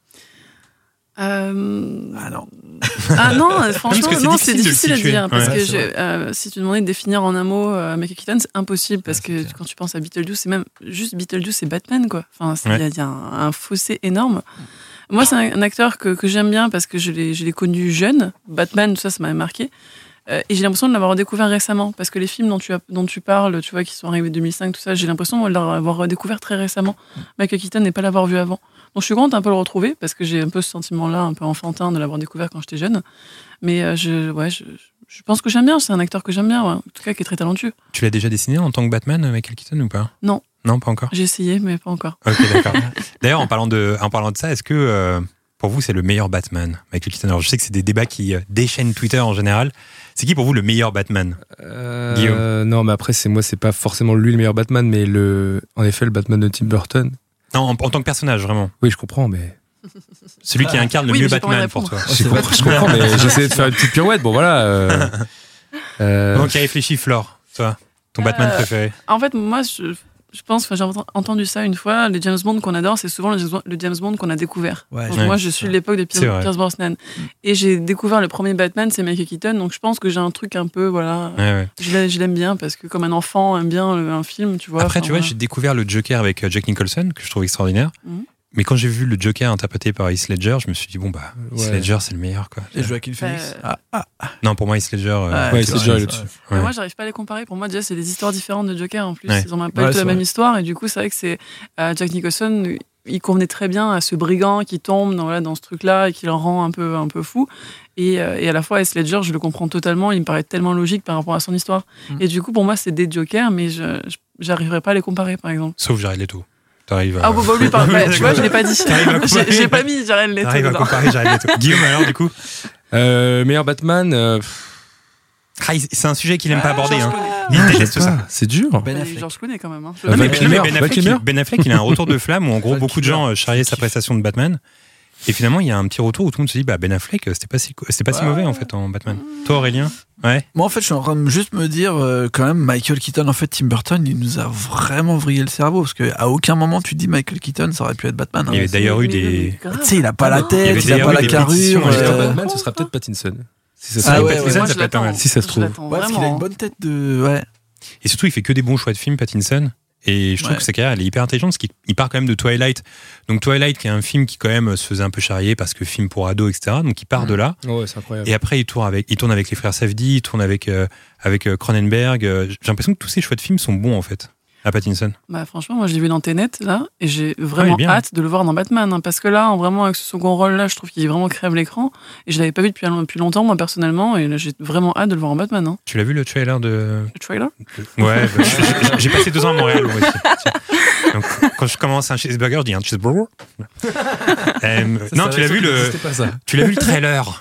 Ah non. Ah non, franchement, parce que c'est non, c'est difficile de le difficile à situer. dire. Parce Ouais, que si tu demandais de définir en un mot Michael Keaton, c'est impossible. Parce que quand tu penses à Beetlejuice, c'est même juste Beetlejuice et Batman, quoi. Enfin, il y a un fossé énorme. Moi, c'est un acteur que j'aime bien parce que je l'ai connu jeune. Batman, tout ça, ça m'avait marqué. Et j'ai l'impression de l'avoir redécouvert récemment. Parce que les films dont tu parles, tu vois, qui sont arrivés en 2005, tout ça, j'ai l'impression de l'avoir redécouvert très récemment. Michael Keaton n'est pas l'avoir vu avant. Donc je suis contente un peu le retrouver parce que j'ai un peu ce sentiment-là, un peu enfantin de l'avoir découvert quand j'étais jeune. Mais je pense que j'aime bien. C'est un acteur que j'aime bien, ouais. En tout cas qui est très talentueux. Tu l'as déjà dessiné en tant que Batman, Michael Keaton, ou pas? Non. Non, pas encore. J'ai essayé, mais pas encore. Ok, d'accord. D'ailleurs, en parlant de ça, est-ce que pour vous c'est le meilleur Batman, Michael Keaton? Alors je sais que c'est des débats qui déchaînent Twitter en général. C'est qui pour vous le meilleur Batman? Guillaume? Non, mais après, c'est pas forcément lui le meilleur Batman, mais en effet, le Batman de Tim Burton. Non, en tant que personnage, vraiment. Oui, je comprends, mais. Celui qui incarne le Oui, mieux mais j'ai pas envie de Batman pour toi. Je comprends, mais j'essayais de faire une petite pirouette. Bon, voilà. Donc, il réfléchit, Flore, toi, ton Batman préféré. En fait, moi, je pense, j'ai entendu ça une fois, les James Bond qu'on adore, c'est souvent le James Bond qu'on a découvert. Ouais, donc ouais, moi, je suis de l'époque de Pierce Brosnan. Et j'ai découvert le premier Batman, c'est Michael Keaton, donc je pense que j'ai un truc un peu, voilà, Ouais. je l'aime bien, parce que comme un enfant aime bien un film, tu vois. Après, tu vois, j'ai découvert le Joker avec Jack Nicholson, que je trouve extraordinaire. Mhm. Mais quand j'ai vu le Joker interprété par Heath Ledger, je me suis dit, bon, bah, Heath Ouais. Ledger, c'est le meilleur, quoi. Et Joaquin Phoenix. Non, pour moi, Heath Ledger. Ouais, c'est déjà là-dessus. Mais Ouais. moi, j'arrive pas à les comparer. Pour moi, déjà, c'est des histoires différentes de Joker en plus. Ouais. Ils ont pas du tout la même histoire. Et du coup, c'est vrai que c'est Jack Nicholson, il convenait très bien à ce brigand qui tombe dans ce truc-là et qui le rend un peu fou. Et à la fois, Heath Ledger, je le comprends totalement. Il me paraît tellement logique par rapport à son histoire. Et du coup, pour moi, c'est des Jokers, mais j'arriverais pas à les comparer, par exemple. Sauf Jared Leto. T'arrives à... Ah, bon, lui, tu vois, je l'ai pas dit. T'arrives à comparer. J'ai pas mis Jared Leto T'arrives à dedans. comparer Jared Leto. Guillaume, alors, du coup Meilleur Batman. C'est un sujet qu'il aime pas aborder. George Hein. Clooney. Il déteste ça. C'est dur. Ben Et Affleck. George Clooney, quand même. Hein. Non, mais Val Kilmer. Ben Affleck, il a un retour de flamme où en gros beaucoup de gens charriaient sa prestation de Batman. Et finalement, il y a un petit retour où tout le monde se dit, bah Ben Affleck, c'était pas si mauvais en fait en Batman. Toi, Aurélien? Ouais. Moi, en fait, je suis en train de juste me dire, quand même, Michael Keaton, en fait, Tim Burton, il nous a vraiment vrillé le cerveau. Parce qu'à aucun moment, tu te dis Michael Keaton, ça aurait pu être Batman. Il y avait d'ailleurs eu des. grave. Tu sais, il a pas la Il y avait tête, il a d'ailleurs pas eu la des carrure. pétitions, Meilleur Ouais. Batman, ce sera peut-être Pattinson. Si ça se Ah trouve. ouais, Pattinson, Moi, ça je peut être pas mal. l'attends. Si ça se Je trouve. l'attends Ouais, parce qu'il a vraiment. une bonne tête de. Ouais. Et surtout, il fait que des bons choix de films, Pattinson. Et je trouve Ouais. que sa carrière, elle est hyper intelligente parce qu'il part quand même de Twilight. Donc Twilight, qui est un film qui quand même se faisait un peu charrier parce que film pour ados, etc. Donc il part de là. Ouais, c'est incroyable. Et après, il tourne avec les frères Safdie, il tourne avec Cronenberg. J'ai l'impression que tous ces choix de films sont bons en fait. À Pattinson. Bah, franchement, moi je l'ai vu dans Tenet là, et j'ai il vraiment est bien. hâte de le voir dans Batman, hein, parce que là, vraiment avec ce second rôle là, je trouve qu'il vraiment crève l'écran, et je l'avais pas vu depuis longtemps moi personnellement, et là j'ai vraiment hâte de le voir en Batman. Hein. Tu l'as vu le trailer de. Le trailer. Ouais, bah, j'ai passé 2 ans à Montréal moi aussi. Donc quand je commence un cheeseburger, je dis un cheeseburger. Non, tu l'as vu C'était pas ça. tu l'as vu le trailer.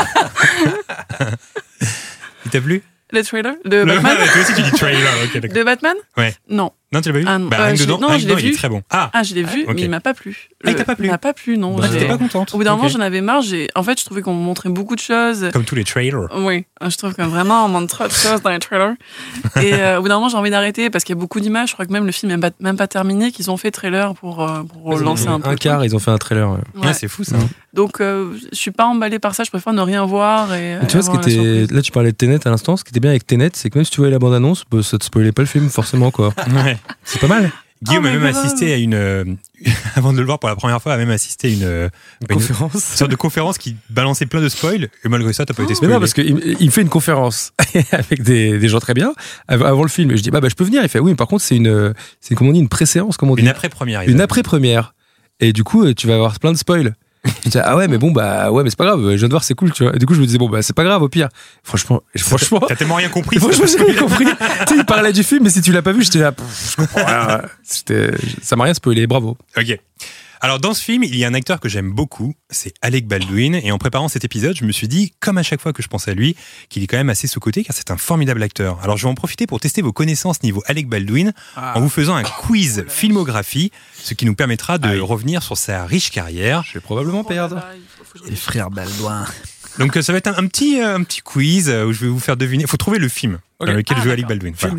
Il t'a plu? Le trailer de Batman. Toi aussi tu dis trailer, ok d'accord. De Batman. Ouais. Non. Non, tu l'as pas vu? Ah, non. Bah, rien que Je- dedans, non, rien je que l'ai dedans, il est vu. très bon. Ah, je l'ai vu, ok. mais il m'a pas plu. Ah, il t'a pas plu? Il m'a pas plu, non. Bah, Ah, t'étais pas contente? Au bout d'un moment, Ok. j'en avais marre. En fait, je trouvais qu'on me montrait beaucoup de choses. Comme tous les trailers. Oui, je trouve que vraiment on montre trop de choses dans les trailers. Et au bout d'un moment, j'ai envie d'arrêter parce qu'il y a beaucoup d'images. Je crois que même le film n'est même pas terminé, qu'ils ont fait trailer pour lancer un peu. Un le quart, ils ont fait un trailer. Ouais. truc. Ouais. Ouais, c'est fou ça. Donc, je suis pas emballée par ça. Je préfère ne rien voir. Et Mais tu vois, ce qui avoir la était. surprise. Là, tu parlais de Tenet à l'instant. Ce qui était bien avec Tenet, c'est que même si tu voyais la bande-annonce, bah, ça te spoilait pas le film, forcément, quoi. Ouais. C'est pas mal. Guillaume Oh a my même God. assisté à une. Avant de le voir pour la première fois, a même assisté à une Conférence. sorte de conférence qui balançait plein de spoils. Et malgré ça, t'as pas été Mais spoilé. non, parce qu'il me fait une conférence avec des gens très bien avant le film. Et je dis, bah, je peux venir. Il fait, oui, mais par contre, c'est comment on dit, une pré-séance, comment on dit. Une après-première. Une après-première. Et du coup, tu vas avoir plein de spoils. Je dis, ah ouais, mais bon, bah, ouais, mais c'est pas grave. Je viens de voir, c'est cool, tu vois. Et du coup, je me disais, bon, bah, c'est pas grave, au pire. Franchement. T'as tellement rien compris. Franchement, j'ai rien compris. Tu sais, il parlait du film, mais si tu l'as pas vu, j'étais là, je comprends rien. Ça m'a rien spoilé, bravo. Ok. Alors dans ce film, il y a un acteur que j'aime beaucoup, c'est Alec Baldwin. Et en préparant cet épisode, je me suis dit, comme à chaque fois que je pense à lui, qu'il est quand même assez sous-coté car c'est un formidable acteur. Alors je vais en profiter pour tester vos connaissances niveau Alec Baldwin en vous faisant un quiz filmographie, ce qui nous permettra de revenir sur sa riche carrière. Je vais probablement perdre. Faut que je Les frères Baldwin. Donc ça va être un petit quiz où je vais vous faire deviner. Il faut trouver le film dans lequel joue Alec Baldwin. Voilà. Film juste.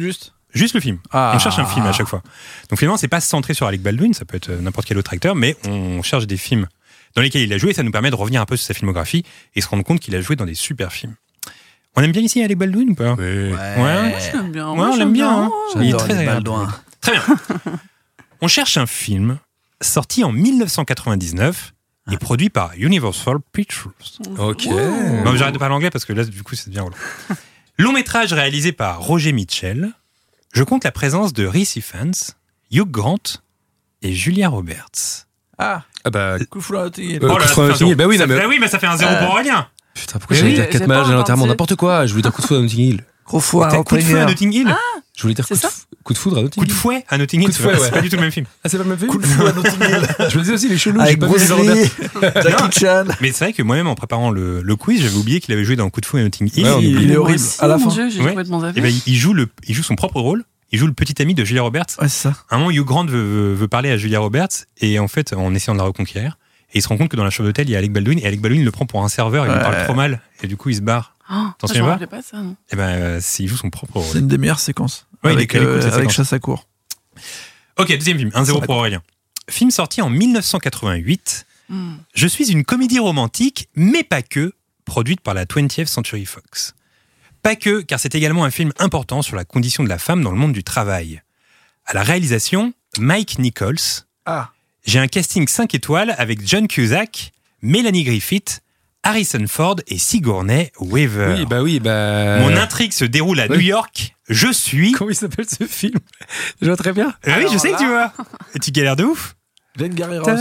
Juste le film. Ah. On cherche un film à chaque fois. Donc finalement, c'est pas centré sur Alec Baldwin, ça peut être n'importe quel autre acteur, mais on cherche des films dans lesquels il a joué, et ça nous permet de revenir un peu sur sa filmographie et se rendre compte qu'il a joué dans des super films. On aime bien ici Alec Baldwin ou pas? Oui. Ouais. J'aime bien. Ouais, on l'aime bien. Hein. Il est J'adore très les agréable. Baldwin. Très bien. On cherche un film sorti en 1999 et produit par Universal Pictures. Ok. Bon, j'arrête de parler anglais parce que là, du coup, c'est bien relou. Long métrage réalisé par Roger Mitchell. Je compte la présence de Rhys Ifans, Hugh Grant et Julia Roberts. Ah, Ah bah, coup de foudre à Notting Hill. Coup de foudre à Notting Hill. Bah oui, ça non, mais- fait, oui, mais ça fait un 0 pour Aurélien. putain, pourquoi Mais j'allais oui, dire j'ai 4 pas mages à encore l'enterrement? dit. N'importe quoi. Je voulais dire coup de foudre à Notting Hill. Gros foie T'as en coup de feu à première. Notting Hill. Je voulais dire C'est ça coup de foudre à Notting Coup de Hill. fouet à Notting Hill. Coup de fouet, c'est ouais. pas du tout le même film. Ah, c'est pas le même film? Coup de foudre à Notting Hill. Je me disais aussi, les chelous, j'ai Avec pas vu les Bruce Roberts. Lee, Jackie Chan. Mais c'est vrai que moi-même, en préparant le quiz, j'avais oublié qu'il avait joué dans Coup de fouet à Notting Hill. Ouais, on Et- oublie. Il est Moi horrible. aussi, À la mon fin. Dieu, j'ai Ouais. complètement zappé. Et ben, il joue son propre rôle. Il joue le petit ami de Julia Roberts. Ouais, c'est ça. À un moment, Hugh Grant veut parler à Julia Roberts et en fait, en essayant de la reconquérir, et il se rend compte que dans la chambre d'hôtel, il y a Alec Baldwin et Alec Baldwin le prend pour un serveur, il lui parle trop mal et du coup, il se barre. Oh, T'en je souviens me pas rappelais pas de ça, non. Et ben, il joue son propre C'est rôle. une des meilleures séquences. Ouais, il est avec très cool, cette avec séquence. chasse à court. Ok, deuxième film, 1-0 pour Aurélien. Film sorti en 1988. Je suis une comédie romantique, mais pas que, produite par la 20th Century Fox. Pas que, car c'est également un film important sur la condition de la femme dans le monde du travail. À la réalisation, Mike Nichols. Ah. J'ai un casting 5 étoiles avec John Cusack, Melanie Griffith, Harrison Ford et Sigourney Weaver. Oui, bah. Mon intrigue se déroule à oui. New York. Je suis... Comment il s'appelle ce film? Je vois très bien. Ah oui, je Alors sais que tu vois. Et tu galères de ouf. Glengarry Ross.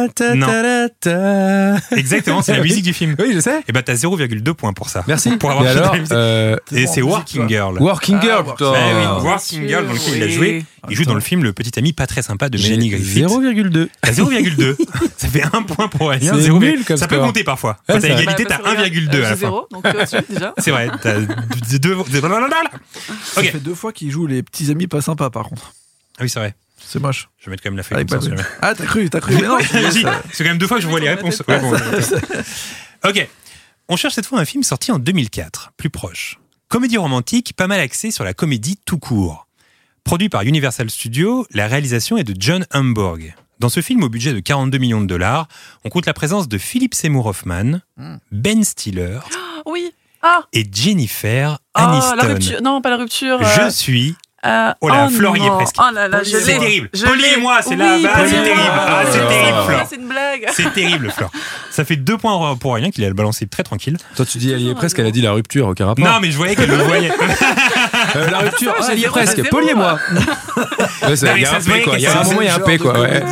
Exactement, c'est la musique du film. Oui, je sais. Et bah t'as 0,2 points pour ça. Merci. Pour avoir Et fait alors, la musique. Et c'est bon, Working musique, Girl. Working Girl, Ah, putain. Eh oui, Ah, Working Girl dans lequel il a oui. joué. Il joue Attends. dans le film le petit ami pas très sympa de J'ai Melanie Griffith. 0,2. T'as 0,2. Ça fait 1 point pour Aurélien. C'est 0,2. nul comme Ça peut score. compter parfois. Ouais, Quand t'as ça va. égalité, t'as 1,2 à la fin. 0, donc au-dessus déjà. C'est vrai, t'as 2. Ça Ok. fait 2 fois qu'il joue les petits amis pas sympas par contre. Ah oui, c'est vrai. C'est moche. Je vais mettre quand même la feuille Avec comme ça. Baldwin. si jamais. Ah, t'as cru. Mais non, Si, c'est quand même 2 fois que je vois les réponses. Ouais, bon, ok. On cherche cette fois un film sorti en 2004, plus proche. Comédie romantique, pas mal axée sur la comédie tout court. Produit par Universal Studios, la réalisation est de John Hamburg. Dans ce film au budget de 42 millions de dollars, on compte la présence de Philip Seymour Hoffman, Ben Stiller Oui. Ah, et Jennifer la Aniston. rupture. Non, pas la rupture. Je suis... Oh là, Flore y est non. presque. Oh là là, je C'est l'ai. terrible. Je Polly l'ai. et moi, c'est Oui, là-bas, Polly c'est et terrible. moi. Ah, c'est terrible, Ah, Flore. c'est une blague. C'est terrible, Flore. Ça fait 2 points pour Aurélien qu'il a balancé très tranquille. Toi, tu dis, elle y est presque, elle a dit la rupture, aucun rapport. Non, mais je voyais qu'elle le voyait. La rupture, Ça, elle y est j'ai presque. zéro. Polly et moi. Ouais, Non, mais il y a ça un se voyait P, quoi. que Il y a un c'est moment, il y a un P, quoi. Ouais.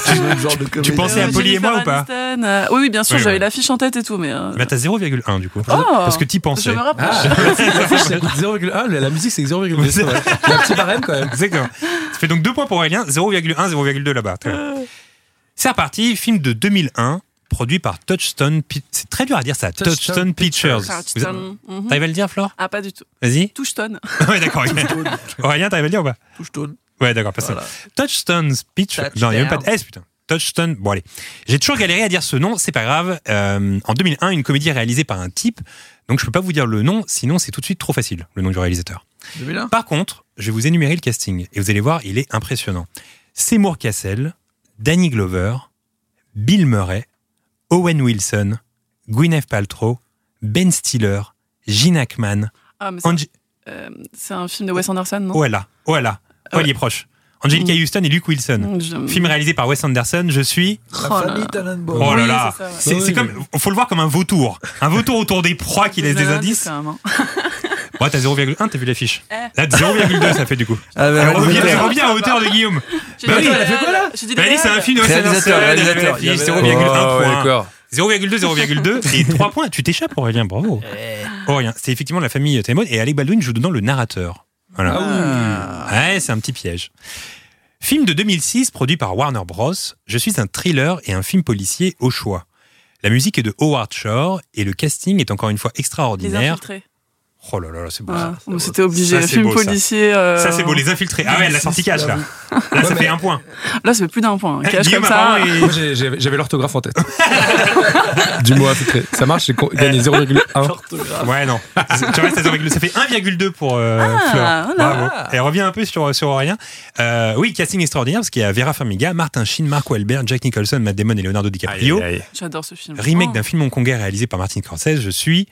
Tu pensais à Polly et moi ou pas Oui, oui, bien sûr, Oui, j'avais ouais. l'affiche en tête et tout, mais. Bah, t'as 0,1 du coup. Oh, Parce que t'y pensais. Je me rapproche. L'affiche, ça coûte 0,1. La musique, c'est 0,2. C'est vrai. Il y a un petit barème, quand même. Exactement. Ça fait donc 2 points pour Aurélien, 0,1, 0,2 là-bas. Très bien. C'est reparti, film de 2001, produit par Touchstone. C'est très dur à dire ça, Touchstone Pictures. Touchstone. Mhm. T'arrives à le dire, Flore? Ah, pas du tout. Vas-y. Touchstone. Ouais, d'accord. Aurélien, t'arrives à le dire ou pas? Touchstone. Ouais, d'accord, pas ça. Voilà. Touchstone Pictures. Non, il n'y a même pas de S, putain. Touchstone. Bon, allez. J'ai toujours galéré à dire ce nom, c'est pas grave. En 2001, une comédie réalisée par un type. Donc, je peux pas vous dire le nom, sinon c'est tout de suite trop facile, le nom du réalisateur. 2001. Par contre, je vais vous énumérer le casting et vous allez voir, il est impressionnant. Seymour Cassel, Danny Glover, Bill Murray, Owen Wilson, Gwyneth Paltrow, Ben Stiller, Gene Hackman, Ah, mais c'est un film de Wes Anderson, non? oh là, il est proche. Angelica Houston et Luke Wilson. Film réalisé par Wes Anderson, je suis... La famille Tannenbaum. Oh là Oui, là, c'est ça, ouais. c'est comme, faut le voir comme un vautour. Un vautour autour des proies qui laisse des indices. Quand même, hein. Ouais, t'as 0,1, t'as vu l'affiche. Là, 0,2, ça fait du coup. Ah, mais Alors, réalisateur. reviens à hauteur de Guillaume. J'ai Bah dit oui, le elle a fait quoi, réel. J'ai dit le Bah, dit, c'est un réel. film de Wes Anderson, Réalisateur, il y avait l'affiche, il y avait- 0,1 Oh, point. d'accord. 0,2, 0,2 et 3 points. Tu t'échappes, Aurélien, bravo. Aurélien, c'est effectivement la famille Thémone et Alec Baldwin joue dedans le narrateur. Voilà. Ouais, c'est un petit piège. Film de 2006 produit par Warner Bros. Je suis un thriller et un film policier au choix. La musique est de Howard Shore et le casting est encore une fois Les extraordinaire. infiltrés. Oh là là, c'est beau. Voilà. Donc, c'était obligé. Ça, c'est Film beau, ça. policier. Ça, c'est beau, les infiltrés. Ah ouais, la sortie cash, là. Là, ça fait un point. Là, ça fait plus d'un point. Cash Guillaume, comme ça. apparemment, Moi, j'avais l'orthographe en tête. Du mot infiltré. Ça marche, j'ai gagné 0,1. Ouais, non. Tu restes à 0,2. Ça fait 1,2 pour Flore. voilà. Bravo. Elle revient un peu sur rien. Oui, casting extraordinaire, parce qu'il y a Vera Farmiga, Martin Sheen, Mark Wahlberg, Jack Nicholson, Matt Damon et Leonardo DiCaprio. J'adore ce film. Remake d'un film hongkongais réalisé par Martin Scorsese. Je suis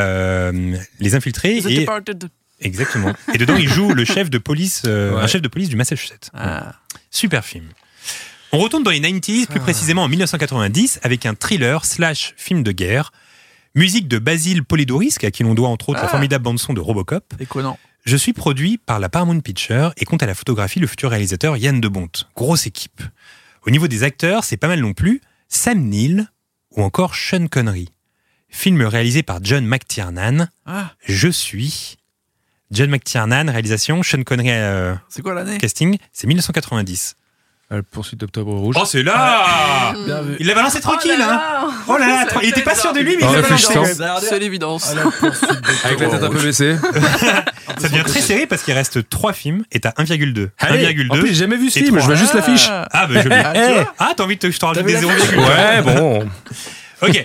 Les Infiltrés. The Departed. Exactement. Et dedans, il joue le chef de police, un chef de police du Massachusetts. Ah. Super film. On retourne dans les 90s, plus précisément en 1990, avec un thriller / film de guerre. Musique de Basil Polidoris, à qui l'on doit entre autres la formidable bande-son de Robocop. Éconnant. Je suis produit par la Paramount Pictures et compte à la photographie le futur réalisateur Yann de Bonte. Grosse équipe. Au niveau des acteurs, c'est pas mal non plus. Sam Neill ou encore Sean Connery. Film réalisé par John McTiernan. Ah. Je suis... John McTiernan, réalisation. Sean Connery, C'est quoi l'année? casting. C'est 1990. La poursuite d'Octobre Rouge. Oh, c'est là. Bien vu. Il l'a balancé tranquille, hein. Oh là là, il était pas sûr de lui, mais il En l'a balancé. réfléchissant. C'est l'évidence. Avec la tête un peu baissée. Ça devient très serré parce qu'il reste 3 films et t'as 1,2. Allez, 1,2. en plus, j'ai jamais vu ce et film, je 3. vois juste l'affiche. Ah, bah, je t'as envie que je te rajoute des 0,2. Ouais, bon. Ok.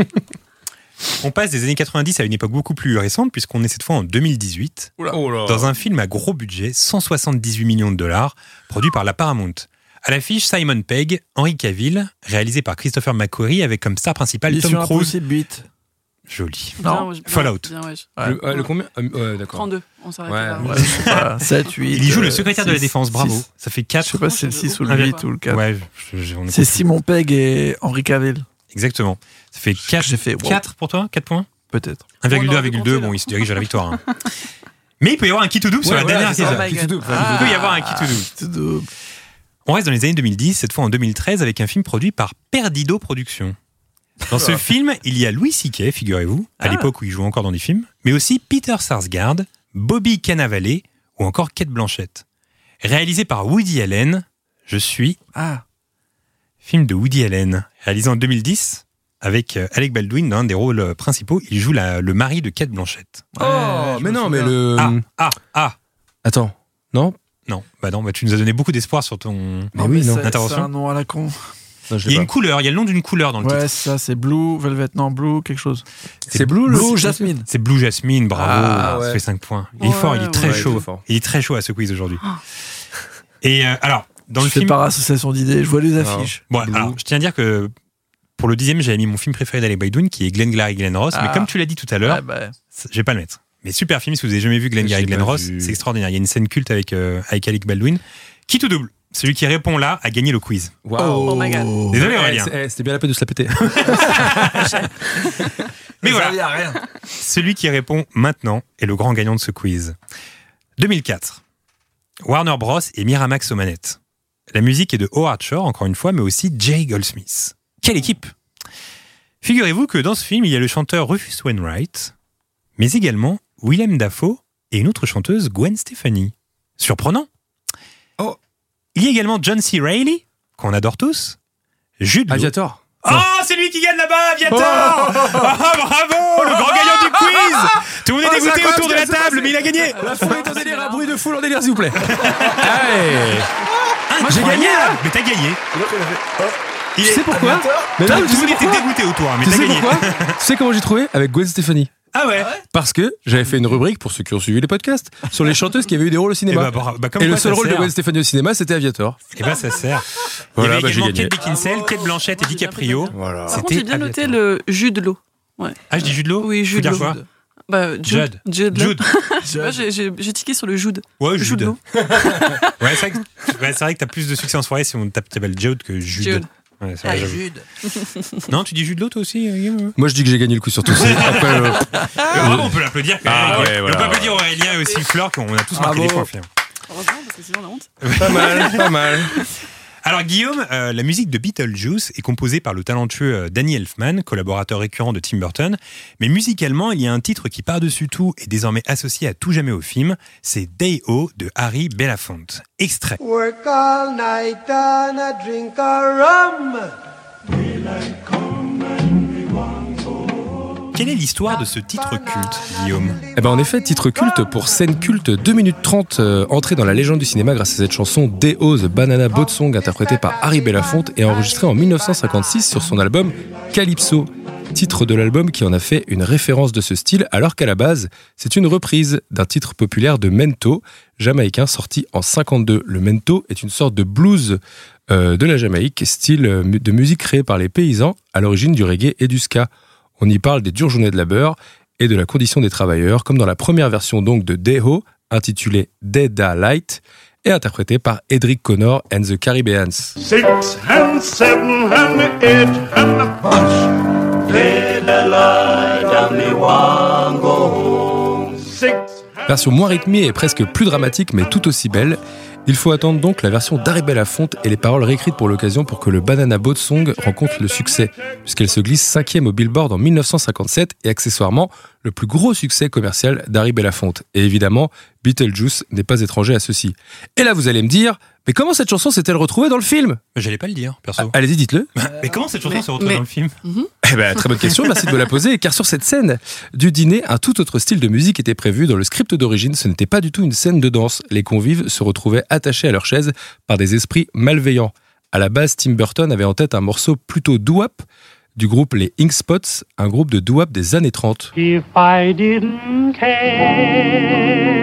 On passe des années 90 à une époque beaucoup plus récente, puisqu'on est cette fois en 2018, Oh là. dans un film à gros budget, 178 millions de dollars, produit par la Paramount. À l'affiche, Simon Pegg, Henry Cavill, réalisé par Christopher McQuarrie, avec comme star principale Tom Mission Cruise. Impossible 8. Joli. Non. Fallout. Bien, ouais. Le combien d'accord. 32. On s'arrête Ouais, là. ouais. Ouais, je sais pas, 7, 8. Il y joue le secrétaire de la 6, défense, bravo. 6. Ça fait Je 4. sais pas si c'est le 6 ou le Ah, 8 ou le 4. Ouais, on est C'est Simon Pegg et Henry Cavill. Exactement. Ça fait 4, J'ai fait, wow. 4 pour toi 4 points Peut-être. 1,2, On aurait pu 1,2, compter, bon, là. il se dirige à la victoire. hein. Mais il peut y avoir un kit ou double sur la dernière saison. my God. Il peut y avoir un kit ou double. Tout double. On reste dans les années 2010, cette fois en 2013, avec un film produit par Perdido Productions. Dans ce film, il y a Louis C.K., figurez-vous, à l'époque où il joue encore dans des films, mais aussi Peter Sarsgaard, Bobby Cannavale ou encore Cate Blanchett. Réalisé par Woody Allen, Je suis... Ah. Film de Woody Allen, réalisé en 2010, avec Alec Baldwin dans un des rôles principaux. Il joue le mari de Cate Blanchett. Oh, mais non, mais le. Attends. Non Non, bah non, bah tu nous as donné beaucoup d'espoir sur ton Mais oui, non. C'est intervention. un nom à la con. Non, je Il y l'ai a pas. une couleur, il y a le nom d'une couleur dans le Ouais, titre. ça, c'est Blue Velvet. Non, Blue quelque chose. C'est Blue, le. Blue Jasmine. C'est Blue Jasmine, bravo, Ah, ça ouais. fait 5 points. Il est Ouais, fort, il est très ouais, chaud. il est fort. Il est très chaud à ce quiz aujourd'hui. Et alors, dans Je le fais film... par association d'idées. Je vois les affiches. Bon, Blue. alors, je tiens à dire que pour le 10e, j'avais mis mon film préféré d'Alec Baldwin, qui est Glengarry Glen Ross. Mais Ah. comme tu l'as dit tout à l'heure, Ouais, bah, je vais pas le mettre. Mais super film, si vous avez jamais vu Glengarry J'ai Glen pas Ross, vu. c'est extraordinaire. Il y a une scène culte avec Alec Baldwin. Qui tout double. Celui qui répond là a gagné le quiz. Waouh. Oh my God. Désolé Ouais, Aurélien. C'était bien la peine de se la péter. Mais voilà. Ça y a rien. Celui qui répond maintenant est le grand gagnant de ce quiz. 2004. Warner Bros et Miramax aux manettes. La musique est de Howard Shore, encore une fois, mais aussi Jay Goldsmith. Quelle équipe! Figurez-vous que dans ce film, il y a le chanteur Rufus Wainwright, mais également Willem Dafoe et une autre chanteuse, Gwen Stefani. Surprenant! Oh. Il y a également John C. Reilly, qu'on adore tous, Jude Law. Aviator. Oh, c'est lui qui gagne là-bas, Aviator! Ah, bravo! Le grand gagnant du quiz! Tout le monde est Oh, dégoûté c'est autour de la incroyable, table, mais il a gagné! La foule est en délire, un bruit de foule en délire, s'il vous plaît. Allez. J'ai gagné là! Mais t'as gagné! Tu sais pourquoi? Mais non, Tout tu le sais monde était pourquoi? dégoûté autour, mais Tu t'as sais gagné! pourquoi? Tu sais comment j'ai trouvé? Avec Gwen Stefani. Ah ouais? Parce que j'avais fait une rubrique, pour ceux qui ont suivi les podcasts, sur les chanteuses qui avaient eu des rôles au Et cinéma. comme Et le quoi, seul ça rôle de sert. Gwen Stefani au cinéma, c'était Aviator. Et bah ça sert. Voilà, Il y avait j'ai également gagné. Kate Beckinsale, Kate Blanchett et Moi, j'ai DiCaprio. bien Voilà. Par contre, C'était j'ai bien noté Aviator. le Jude Law. Ouais. Ah, je dis Jude Law? Oui, Faut Jude dire Law. quoi? Bah, Jude. Jude Law. Jude. Ouais, j'ai tiqué sur le Jude. Ouais, Jude Jude. Law. Ouais, c'est vrai que t'as plus de succès en soirée si on t'appelle Jude que Jude. Jude. Ouais, c'est vrai, j'avoue. Non, tu dis Jude Law toi aussi, Guillaume? Moi, je dis que j'ai gagné le coup sur tout ça. Après, Bravo, on peut l'applaudir quand même. Ah ouais, Et voilà, on peut ouais. applaudir Aurélien et aussi Fleur, qu'on a tous marqué Bravo. des points. finalement. Heureusement, parce que sinon, on a honte. pas mal, pas mal. Alors Guillaume, la musique de Beetlejuice est composée par le talentueux Danny Elfman, collaborateur récurrent de Tim Burton. Mais musicalement, il y a un titre qui par-dessus tout est désormais associé à tout jamais au film. C'est Day-O de Harry Belafonte. Extrait. Work all night and a drink a rum. quelle est l'histoire de ce titre culte, Guillaume ? Eh ben en effet, titre culte pour scène culte, 2 minutes 30, entrée dans la légende du cinéma grâce à cette chanson D.O. The Banana Boat Song, interprétée par Harry Belafonte et enregistrée en 1956 sur son album Calypso. Titre de l'album qui en a fait une référence de ce style, alors qu'à la base, c'est une reprise d'un titre populaire de Mento, jamaïcain sorti en 52. Le Mento est une sorte de blues de la Jamaïque, style de musique créé par les paysans, à l'origine du reggae et du ska. On y parle des dures journées de labeur et de la condition des travailleurs, comme dans la première version donc de Deho, intitulée Deda Light, et interprétée par Edric Connor and the Caribbeans. 6 and 7 and the 8 and the punch. Deda Light and me want go home. 6. Version moins rythmée et presque plus dramatique, mais tout aussi belle. Il faut attendre donc la version d'Harry Belafonte et les paroles réécrites pour l'occasion pour que le Banana Boat Song rencontre le succès, puisqu'elle se glisse 5e au Billboard en 1957 et accessoirement le plus gros succès commercial d'Harry Belafonte. Et évidemment, Beetlejuice n'est pas étranger à ceci. Et là, vous allez me dire, mais comment cette chanson s'est-elle retrouvée dans le film ? J'allais pas le dire, perso. Allez-y, dites-le. Mais comment cette chanson s'est retrouvée dans le film ? Eh ben, très bonne question, merci de me la poser, car sur cette scène du dîner, un tout autre style de musique était prévu. Dans le script d'origine, ce n'était pas du tout une scène de danse. Les convives se retrouvaient attachés à leur chaise par des esprits malveillants. À la base, Tim Burton avait en tête un morceau plutôt doo-wop du groupe les Ink Spots, un groupe de doo-wop des années 30. If I didn't care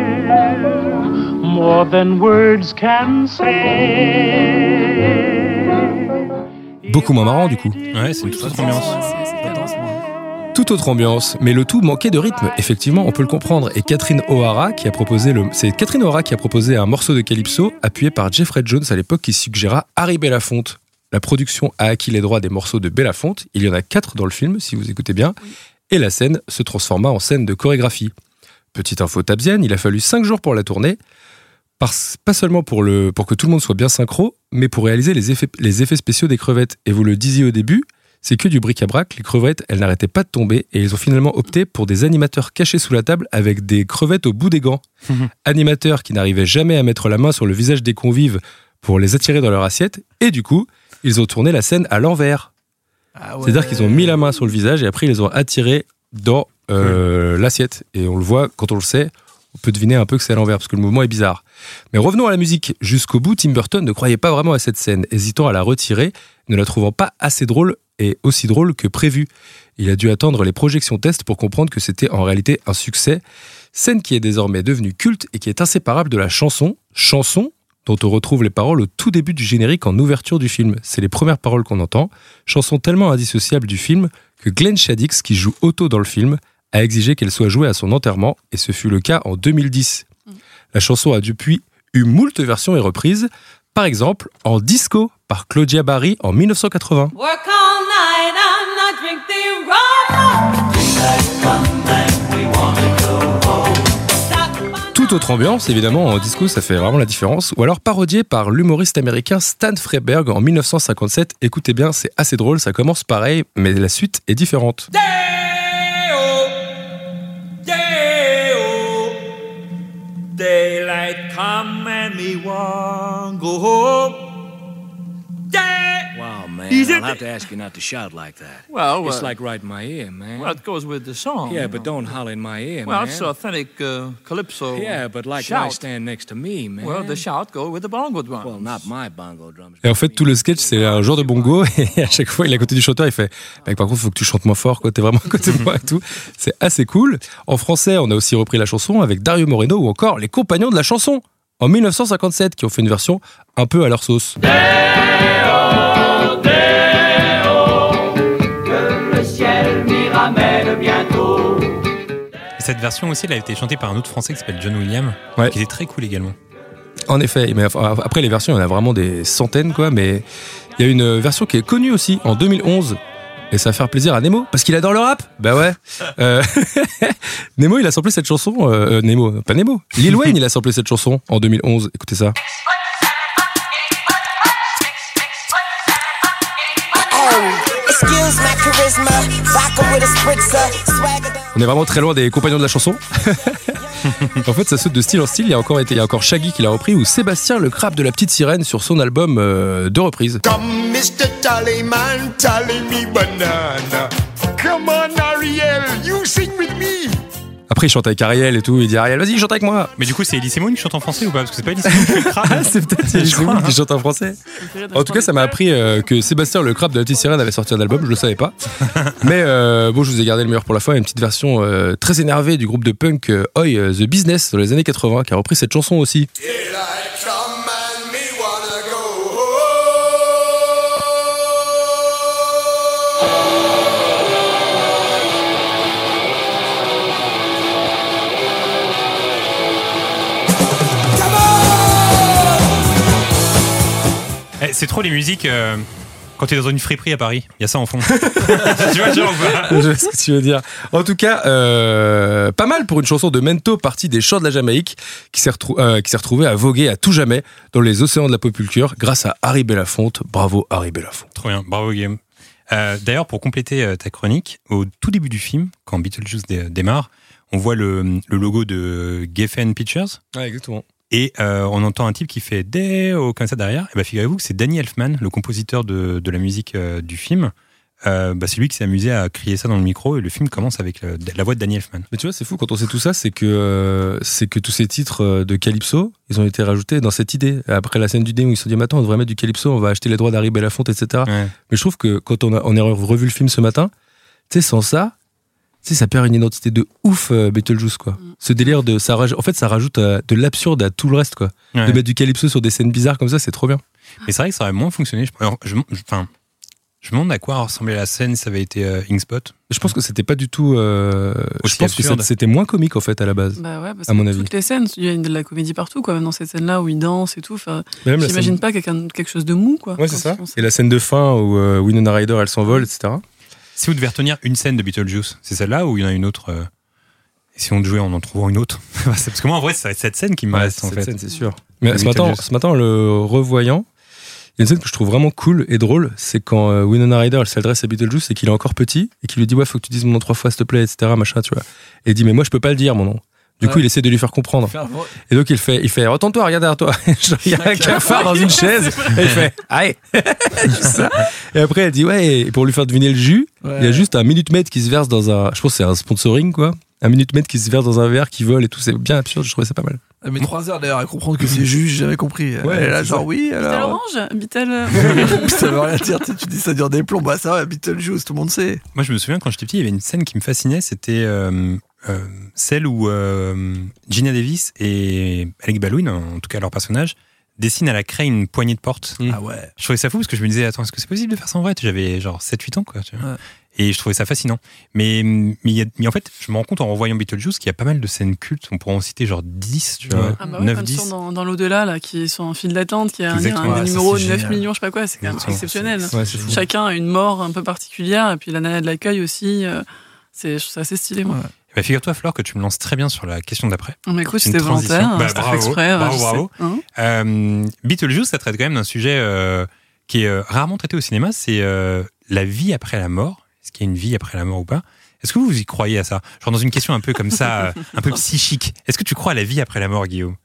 more than words can say. Beaucoup moins marrant du coup. Ouais, c'est une toute autre ambiance. Toute autre ambiance, mais le tout manquait de rythme. Effectivement, on peut le comprendre. Et c'est Catherine O'Hara qui a proposé un morceau de Calypso appuyé par Jeffrey Jones à l'époque qui suggéra Harry Belafonte. La production a acquis les droits des morceaux de Belafonte. Il y en a 4 dans le film, si vous écoutez bien. Et la scène se transforma en scène de chorégraphie. Petite info tabzienne, il a fallu 5 jours pour la tourner. Pas seulement pour que tout le monde soit bien synchro, mais pour réaliser les effets spéciaux des crevettes. Et vous le disiez au début, c'est que du bric-à-brac. Les crevettes, elles n'arrêtaient pas de tomber et ils ont finalement opté pour des animateurs cachés sous la table avec des crevettes au bout des gants. Animateurs qui n'arrivaient jamais à mettre la main sur le visage des convives pour les attirer dans leur assiette. Et du coup, ils ont tourné la scène à l'envers. Ah ouais. C'est-à-dire qu'ils ont mis la main sur le visage et après ils les ont attirés dans l'assiette. Et on le voit, quand on le sait, on peut deviner un peu que c'est à l'envers parce que le mouvement est bizarre. Mais revenons à la musique. Jusqu'au bout, Tim Burton ne croyait pas vraiment à cette scène, hésitant à la retirer, ne la trouvant pas assez drôle et aussi drôle que prévu. Il a dû attendre les projections test pour comprendre que c'était en réalité un succès. Scène qui est désormais devenue culte et qui est inséparable de la chanson dont on retrouve les paroles au tout début du générique en ouverture du film. C'est les premières paroles qu'on entend. Chanson tellement indissociable du film que Glenn Shaddix, qui joue Otto dans le film, a exigé qu'elle soit jouée à son enterrement, et ce fut le cas en 2010. La chanson a depuis eu moult versions et reprises, par exemple en disco par Claudia Barry en 1980. Work all night and I drink the rum. Toute autre ambiance, évidemment, en disco, ça fait vraiment la différence. Ou alors parodié par l'humoriste américain Stan Freberg en 1957. Écoutez bien, c'est assez drôle, ça commence pareil, mais la suite est différente. Daylight come and me want go home. Wow, man, I'll have to ask you not to shout like that. Well, it's like right in my ear, man. Well, it goes with the song. Yeah, but don't holler in my ear, well, man. it's authentic calypso. Yeah, but like shout. when I stand next to me, man. Well, the shout go with the bongo drums. Well, not my bongo drums. Et en fait, tout le sketch, c'est un genre de bongo, et à chaque fois, il est à côté du chanteur, il fait « Par contre, il faut que tu chantes moins fort, quoi, t'es vraiment à côté de moi et tout. » C'est assez cool. En français, on a aussi repris la chanson avec Dario Moreno ou encore les Compagnons de la chanson en 1957, qui ont fait une version un peu à leur sauce. Cette version aussi, elle a été chantée par un autre Français qui s'appelle John Williams, qui était très cool également. En effet, mais après les versions, il y en a vraiment des centaines, quoi. Mais il y a une version qui est connue aussi en 2011. Et ça va faire plaisir à Nemo, parce qu'il adore le rap. Bah ouais. Nemo, il a samplé cette chanson. Pas Nemo. Lil Wayne, il a samplé cette chanson en 2011. Écoutez ça. On est vraiment très loin des compagnons de la chanson. En fait, ça saute de style en style. Il y a encore Shaggy qui l'a repris, ou Sébastien le crabe de la petite sirène sur son album de reprise. Come, Mr. Tallyman, tally me banana. Come on, Ariel, you sing with me. Après, il chante avec Ariel et tout. Il dit Ariel, vas-y, chante avec moi. Mais du coup, c'est Elise Moon qui chante en français ou pas? Parce que c'est pas Elise Moon qui fait le crabe. C'est peut-être Elise Moon qui chante en français. En tout cas, ça m'a appris que Sébastien le crabe de la petite sirène avait sorti un album. Je le savais pas. Mais bon, je vous ai gardé le meilleur pour la fin. Une petite version très énervée du groupe de punk Oi, The Business dans les années 80 qui a repris cette chanson aussi. C'est trop les musiques quand t'es dans une friperie à Paris. Il y a ça en fond. Tu vois, genre, je vois ce que tu veux dire. En tout cas, pas mal pour une chanson de Mento, partie des chants de la Jamaïque, qui s'est retrouvée à voguer à tout jamais dans les océans de la pop culture grâce à Harry Belafonte. Bravo Harry Belafonte. Trop bien, bravo Guillaume. D'ailleurs, pour compléter ta chronique, au tout début du film, quand Beetlejuice démarre, on voit le logo de Geffen Pictures. Ouais, exactement. Et on entend un type qui fait Deo comme ça derrière. Et bah, figurez-vous que c'est Danny Elfman, le compositeur de la musique du film. C'est lui qui s'est amusé à crier ça dans le micro et le film commence avec la voix de Danny Elfman. Mais tu vois, c'est fou quand on sait tout ça, c'est que tous ces titres de Calypso, ils ont été rajoutés dans cette idée. Après la scène du dé où ils se sont dit, attends, on devrait mettre du Calypso, on va acheter les droits d'Harry Belafonte, etc. Ouais. Mais je trouve que quand on a revu le film ce matin, tu sais, sans ça, ça perd une identité de ouf, Beetlejuice, quoi. Ce délire ça rajoute de l'absurde à tout le reste, quoi. Ouais. De mettre du Calypso sur des scènes bizarres comme ça, c'est trop bien. Mais c'est vrai que ça aurait moins fonctionné. Je me demande à quoi ressemblait la scène si ça avait été Inkspot. Je pense que c'était pas du tout. Je pense que c'était moins comique en fait à la base. Bah ouais, parce à mon que avis. Toutes les scènes, il y a de la comédie partout, quoi. Même dans cette scène-là où ils dansent et tout. J'imagine pas quelque chose de mou, quoi. Ouais, c'est ça. Et la scène de fin où Winona Ryder elle s'envole, etc. Si vous devez retenir une scène de Beetlejuice, c'est celle-là ou il y en a une autre Et si on jouait en trouvant une autre? Parce que moi, en vrai, c'est cette scène qui me reste, en fait. Cette scène, c'est sûr. Mais ce matin, en le revoyant, il y a une scène que je trouve vraiment cool et drôle, c'est quand Winona Ryder elle s'adresse à Beetlejuice et qu'il est encore petit et qu'il lui dit ouais, faut que tu dises mon nom 3 fois s'il te plaît, etc. machin, tu vois. Et il dit mais moi je peux pas le dire mon nom. Du coup, il essaie de lui faire comprendre. Et donc il fait retourne-toi, regarde derrière toi. Il y a un cafard dans une chaise. Et il fait aïe. Ça. Et après elle dit ouais, et pour lui faire deviner le jus, il y a juste un Minute Maid qui se verse dans un, je pense que c'est un sponsoring quoi. Un Minute Maid qui se verse dans un verre, qui vole et tout, c'est bien absurde, je trouvais ça pas mal. Mais 3 heures d'ailleurs à comprendre que c'est juste, j'ai jamais compris. Ouais, là, genre oui, alors. Beetle orange, Ça veut rien dire, tu dis ça dure des plombs, bah ça va, Beetlejuice, tout le monde sait. Moi je me souviens quand j'étais petit, il y avait une scène qui me fascinait, c'était celle où Gina Davis et Alec Baldwin, en tout cas leur personnage, dessinent à la craie une poignée de porte. Ah ouais. Je trouvais ça fou parce que je me disais, attends, est-ce que c'est possible de faire ça en vrai? J'avais genre 7-8 ans quoi, tu vois. Ouais. Et je trouvais ça fascinant. Mais en fait, je me rends compte en revoyant Beetlejuice qu'il y a pas mal de scènes cultes. On pourrait en citer genre 10, tu vois. Ah bah ouais, 9-10. Dans l'au-delà, là, qui sont en file d'attente, qui a un numéro de 9 millions, je sais pas quoi. C'est quand même exceptionnel. C'est chacun a une mort un peu particulière. Et puis la nana de l'accueil aussi. C'est assez stylé, moi. Ouais. Bah, figure-toi, Flore, que tu me lances très bien sur la question d'après. Mais écoute, c'était volontaire. Bah, bravo. Beetlejuice, ça traite quand même d'un sujet qui est rarement traité au cinéma. C'est la vie après la mort. Est-ce qu'il y a une vie après la mort ou pas? Est-ce que vous y croyez à ça? Genre dans une question un peu comme ça, un peu psychique. Est-ce que tu crois à la vie après la mort, Guillaume?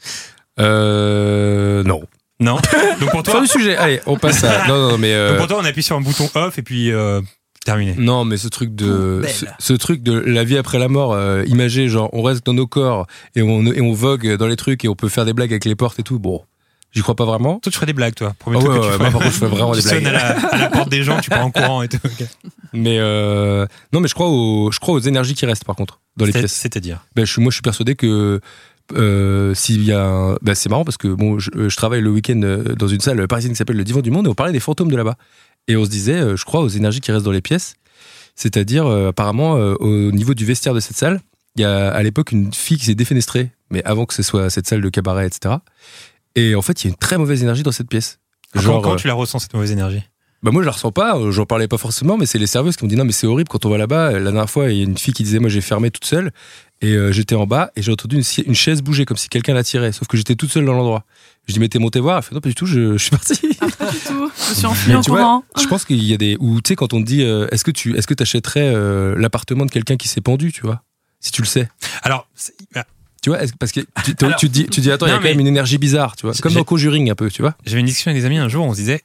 Non. Non. Donc pour toi. Fin du sujet. Allez, on passe à. Non, mais. Donc pour toi, on appuie sur un bouton off et puis terminé. Non, mais ce truc de la vie après la mort, imagé, genre on reste dans nos corps et on vogue dans les trucs et on peut faire des blagues avec les portes et tout. Bon. J'y crois pas vraiment. Toi, tu ferais des blagues, toi. Premier truc que tu ferais. Moi, par contre, je fais vraiment des blagues. Tu sonnes à la porte des gens, tu pars en courant et tout. Okay. Mais non, mais je crois aux énergies qui restent, par contre, dans les pièces. C'est-à-dire moi, je suis persuadé que s'il y a c'est marrant parce que bon, je travaille le week-end dans une salle parisienne qui s'appelle le Divan du Monde et on parlait des fantômes de là-bas. Et on se disait, je crois aux énergies qui restent dans les pièces. C'est-à-dire, apparemment, au niveau du vestiaire de cette salle, il y a à l'époque une fille qui s'est défenestrée, mais avant que ce soit cette salle de cabaret, etc. Et en fait, il y a une très mauvaise énergie dans cette pièce. Comment tu la ressens, cette mauvaise énergie? Bah moi, je la ressens pas, j'en parlais pas forcément, mais c'est les serveuses qui m'ont dit non, mais c'est horrible quand on va là-bas. La dernière fois, il y a une fille qui disait moi, j'ai fermé toute seule, et j'étais en bas, et j'ai entendu une chaise bouger, comme si quelqu'un la tirait, sauf que j'étais toute seule dans l'endroit. Je dis, mais t'es monté voir? Elle fait non, pas du tout, je suis parti. Ah, pas du tout, je suis enfui en courant. Je pense qu'il y a des. Ou tu sais, quand on te dit, est-ce que t'achèterais l'appartement de quelqu'un qui s'est pendu, tu vois? Si tu le sais. Alors, Tu vois, parce que tu te dis, attends, il y a quand même une énergie bizarre, tu vois. C'est comme dans Conjuring un peu, tu vois. J'avais une discussion avec des amis un jour, on se disait,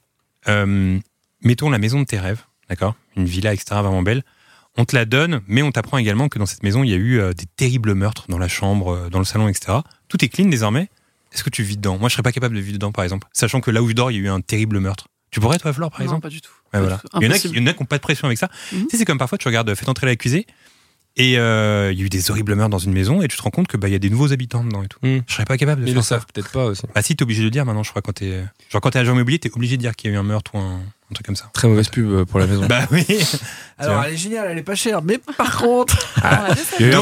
mettons la maison de tes rêves, d'accord, une villa, etc., vraiment belle. On te la donne, mais on t'apprend également que dans cette maison, il y a eu des terribles meurtres dans la chambre, dans le salon, etc. Tout est clean désormais. Est-ce que tu vis dedans ? Moi, je serais pas capable de vivre dedans, par exemple. Sachant que là où je dors, il y a eu un terrible meurtre. Tu pourrais, toi, Flore, par exemple ? Non, pas du tout. Ouais, voilà. Il y en a qui n'ont pas de pression avec ça. Tu sais, c'est comme parfois, tu regardes Faites entrer l'accusé, et il y a eu des horribles meurtres dans une maison, et tu te rends compte que il y a des nouveaux habitants dedans et tout. Je serais pas capable de faire ça. Ils le savent peut-être pas aussi. Bah si, t'es obligé de le dire maintenant, je crois, quand t'es agent immobilier, t'es obligé de dire qu'il y a eu un meurtre ou un truc comme ça. Très mauvaise pub pour la maison. Bah oui. Alors elle est géniale, elle est pas chère, mais par contre, il y a eu un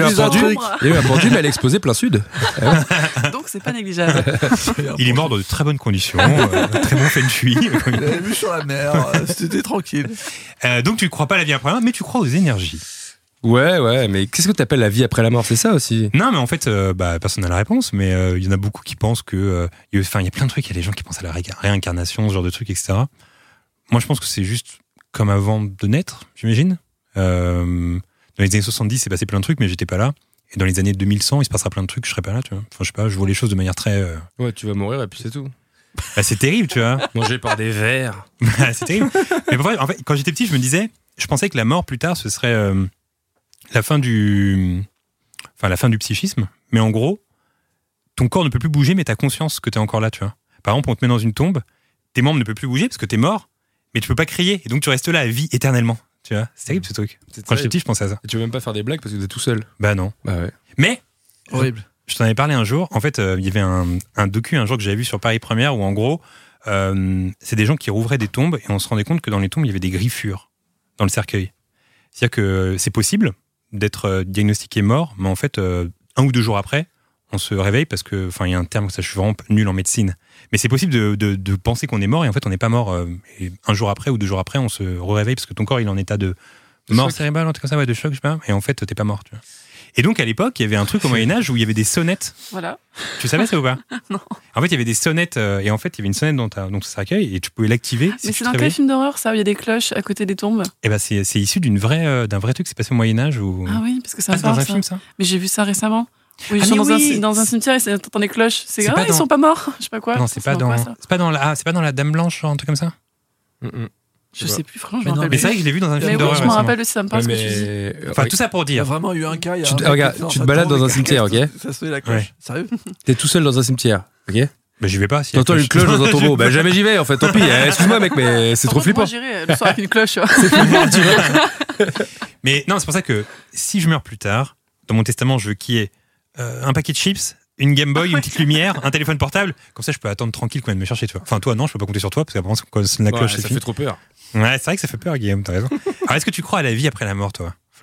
pendu, mais elle a explosé plein sud. Donc c'est pas négligeable. Il est mort dans de très bonnes conditions, très bon feng shui. Il avait vu sur la mer, c'était tranquille. Donc tu ne crois pas à la vie après la mort, mais tu crois aux énergies. Ouais, mais qu'est-ce que tu appelles la vie après la mort ? C'est ça aussi ? Non, mais en fait, personne n'a la réponse, mais il y en a beaucoup qui pensent que... il y a plein de trucs, il y a des gens qui pensent à la réincarnation, ce genre de trucs, etc. Moi, je pense que c'est juste comme avant de naître, j'imagine. Dans les années 70, c'est passé plein de trucs, mais j'étais pas là. Et dans les années 2100, il se passera plein de trucs, je serai pas là, tu vois. Enfin, je sais pas, je vois les choses de manière très... Ouais, tu vas mourir et puis c'est tout. Bah, c'est terrible, tu vois. Mangé par des vers. C'est terrible. Mais pour vrai, en fait, quand j'étais petit, je pensais que la mort, plus tard, ce serait... la fin du psychisme, mais en gros, ton corps ne peut plus bouger, mais t'as conscience que t'es encore là, tu vois. Par exemple, on te met dans une tombe, tes membres ne peuvent plus bouger parce que t'es mort, mais tu peux pas crier, et donc tu restes là à vie éternellement, tu vois. C'est terrible ce truc. Quand j'étais petit, je pensais à ça. Et tu veux même pas faire des blagues parce que t'es tout seul. Bah non. Bah ouais. Mais horrible. Je t'en avais parlé un jour. En fait, il y avait un docu un jour que j'avais vu sur Paris Première où en gros, c'est des gens qui rouvraient des tombes et on se rendait compte que dans les tombes il y avait des griffures dans le cercueil. C'est-à-dire que c'est possible d'être diagnostiqué mort, mais en fait, 1 ou 2 jours après, on se réveille parce que, enfin, il y a un terme, ça, je suis vraiment nul en médecine, mais c'est possible de penser qu'on est mort et en fait, on n'est pas mort. Et 1 jour après ou 2 jours après, on se réveille parce que ton corps, il est en état de mort cérébrale, un truc comme ça, ouais, de choc, je sais pas, et en fait, t'es pas mort, tu vois. Et donc, à l'époque, il y avait un truc au Moyen-Âge où il y avait des sonnettes. Voilà. Tu savais ça ou pas ? Non. En fait, il y avait des sonnettes, et en fait, il y avait une sonnette dans ton cercueil et tu pouvais l'activer. Mais c'est dans quel film d'horreur ça, où il y a des cloches à côté des tombes ? Et ben, c'est issu d'un vrai truc qui s'est passé au Moyen-Âge où. Ah oui, parce que ça c'est dans un film, ça. Mais j'ai vu ça récemment. Oui, Ah, ils sont oui. dans un cimetière et t'entends des cloches. C'est pas ils sont pas morts. Je sais pas quoi. Non, c'est pas dans la Dame Blanche, un truc comme ça. Je sais plus, franchement. Mais c'est vrai que je l'ai vu dans un film mais d'horreur. Oui, je me rappelle aussi, ça me parle ce que tu dis. Enfin, tout ça pour dire. Il y a vraiment eu un cas. Regarde, tu te balades dans un cimetière, ok ? Ça se fait la cloche. Sérieux ? T'es tout seul dans un cimetière, ok ? Bah, j'y vais pas. T'entends une cloche dans un tombeau. Bah, jamais j'y vais, en fait. Tant pis. Excuse-moi, mec, mais c'est trop flippant. Moi, j'irai le soir avec une cloche. C'est flippant, tu vois. Mais non, c'est pour ça que si je meurs plus tard, dans mon testament, je veux qu'il y ait un paquet de chips, une Game Boy, une petite lumière, un téléphone portable. Comme ça, je peux attendre tranquille quand même me chercher, tu vois. Enfin, toi, non, je peux pas compter sur toi parce qu'apparemment, quand la cloche, c'est ça fini. fait trop peur. Ouais, c'est vrai que ça fait peur, Guillaume, t'as raison. Alors, est-ce que tu crois à la vie après la mort, toi, Flore ?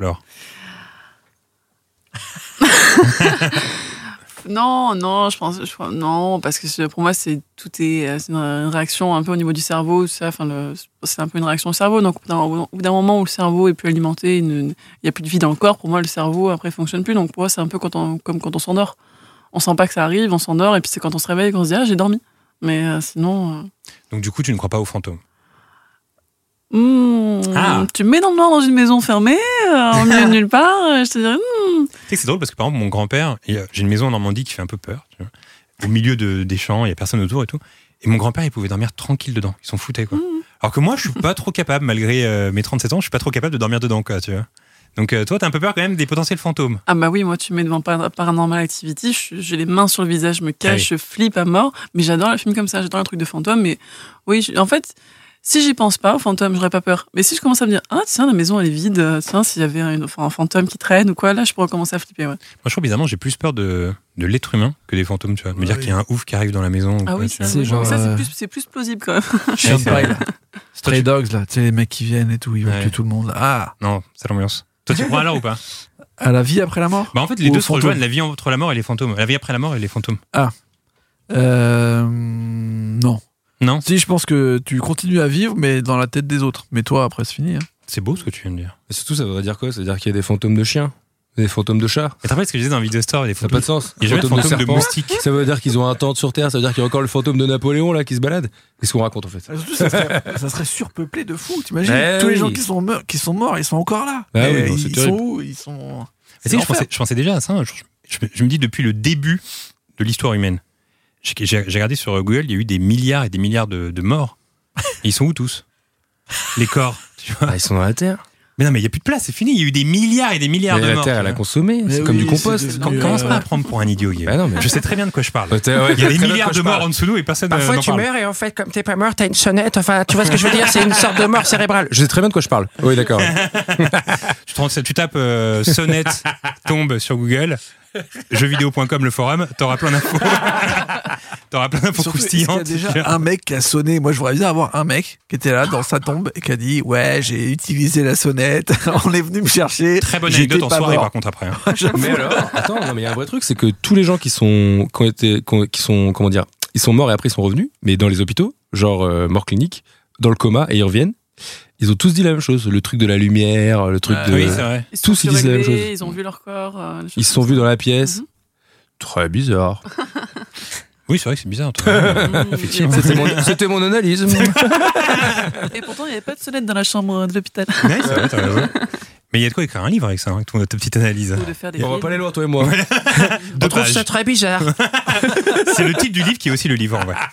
Non, je pense non, parce que pour moi c'est une réaction un peu au niveau du cerveau, ça. Enfin, c'est un peu une réaction au cerveau. Donc au bout d'un moment où le cerveau est plus alimenté, il y a plus de vie dans le corps. Pour moi, le cerveau après fonctionne plus. Donc pour moi, c'est un peu comme quand on s'endort. On sent pas que ça arrive, on s'endort et puis c'est quand on se réveille qu'on se dit j'ai dormi. Mais sinon. Donc du coup, tu ne crois pas aux fantômes ? Tu me mets dans le noir dans une maison fermée, au milieu de nulle part, je te dirais. Tu sais que c'est drôle parce que par exemple, mon grand-père, j'ai une maison en Normandie qui fait un peu peur, tu vois, au milieu des champs, il y a personne autour et tout. Et mon grand-père, il pouvait dormir tranquille dedans. Ils s'en foutaient, quoi. Alors que moi, je suis pas trop capable, malgré mes 37 ans, je suis pas trop capable de dormir dedans, quoi, tu vois. Donc toi, t'as un peu peur quand même des potentiels fantômes. Ah bah oui, moi, tu me mets devant Paranormal Activity, j'ai les mains sur le visage, je me cache, je flippe à mort. Mais j'adore les films comme ça, j'adore les trucs de fantômes. Mais oui, en fait. Si j'y pense pas, aux fantômes, j'aurais pas peur. Mais si je commence à me dire, tiens, la maison, elle est vide, tiens, s'il y avait un fantôme qui traîne ou quoi, là, je pourrais commencer à flipper, ouais. Moi, je trouve bizarrement, j'ai plus peur de l'être humain que des fantômes, tu vois. Me dire qu'il y a un ouf qui arrive dans la maison. Ah oui, c'est plus plausible quand même. Chien de paille, là. Stray Dogs, là. Tu sais, les mecs qui viennent et tout, ils veulent tuer tout le monde. Ah! Non, c'est l'ambiance. Toi, tu crois alors ou pas? À la vie après la mort? Bah, en fait, les deux se rejoignent, la vie entre la mort et les fantômes. La vie après la mort et les fantômes. Non. Non. Si, je pense que tu continues à vivre, mais dans la tête des autres. Mais toi, après, c'est fini. Hein. C'est beau ce que tu viens de dire. Et surtout, ça voudrait dire quoi? Ça veut dire qu'il y a des fantômes de chiens, des fantômes de chats. Et t'as rappelé ce que je disais dans Video Store, les fantômes. Ça n'a pas de sens. Il y a jamais de fantômes de moustiques. Ça veut dire qu'ils ont un tente sur Terre, ça veut dire qu'il y a encore le fantôme de Napoléon là qui se balade. Qu'est-ce qu'on raconte en fait? Surtout, ça serait surpeuplé de fou. T'imagines tous les gens qui sont morts, ils sont encore là. Ah oui, ils sont où? Ils sont. Je pensais déjà à ça. Je je me dis depuis le début de l'histoire humaine. J'ai regardé sur Google, il y a eu des milliards et des milliards de morts. Et ils sont où tous? Les corps, tu vois. Ils sont dans la Terre. Mais non, mais il n'y a plus de place, c'est fini. Il y a eu des milliards et des milliards de morts. La Terre, elle a consommé. C'est comme du compost. Commence pas à prendre pour un idiot, Guy. Bah non, mais... Je sais très bien de quoi je parle. Il y a des milliards de morts en dessous de nous et personne n'en parle. Parfois, tu meurs et en fait, comme t'es pas mort, t'as une sonnette. Enfin, tu vois ce que je veux dire? C'est une sorte de mort cérébrale. Je sais très bien de quoi je parle. Oui, d'accord. Tu tapes sonnette tombe sur Google, jeuxvideo.com, le forum, t'auras plein d'infos. T'auras plein d'infos croustillantes. Il y a déjà un mec qui a sonné. Moi, je voudrais bien avoir un mec qui était là dans sa tombe et qui a dit ouais, j'ai utilisé la sonnette. On est venu me chercher. Très bonne anecdote en soirée, par contre, après. Mais alors, attends, non, mais il y a un vrai truc, c'est que tous les gens qui sont comment dire, ils sont morts et après ils sont revenus, mais dans les hôpitaux, genre mort clinique, dans le coma et ils reviennent. Ils ont tous dit la même chose, le truc de la lumière, le truc de. Oui, c'est vrai. Tous ils disent la même chose. Ils ont vu leur corps. Ils se sont vus dans la pièce. Très bizarre. Oui, c'est vrai que c'est bizarre. Effectivement. C'était mon analyse. Et pourtant, il n'y avait pas de sonnette dans la chambre de l'hôpital. Ouais, c'est vrai, t'as raison. Mais il y a de quoi écrire un livre avec ça, avec ta petite analyse. On va pas aller loin, toi et moi. On trouve ça très bizarre. C'est le titre du livre qui est aussi le livre en vrai.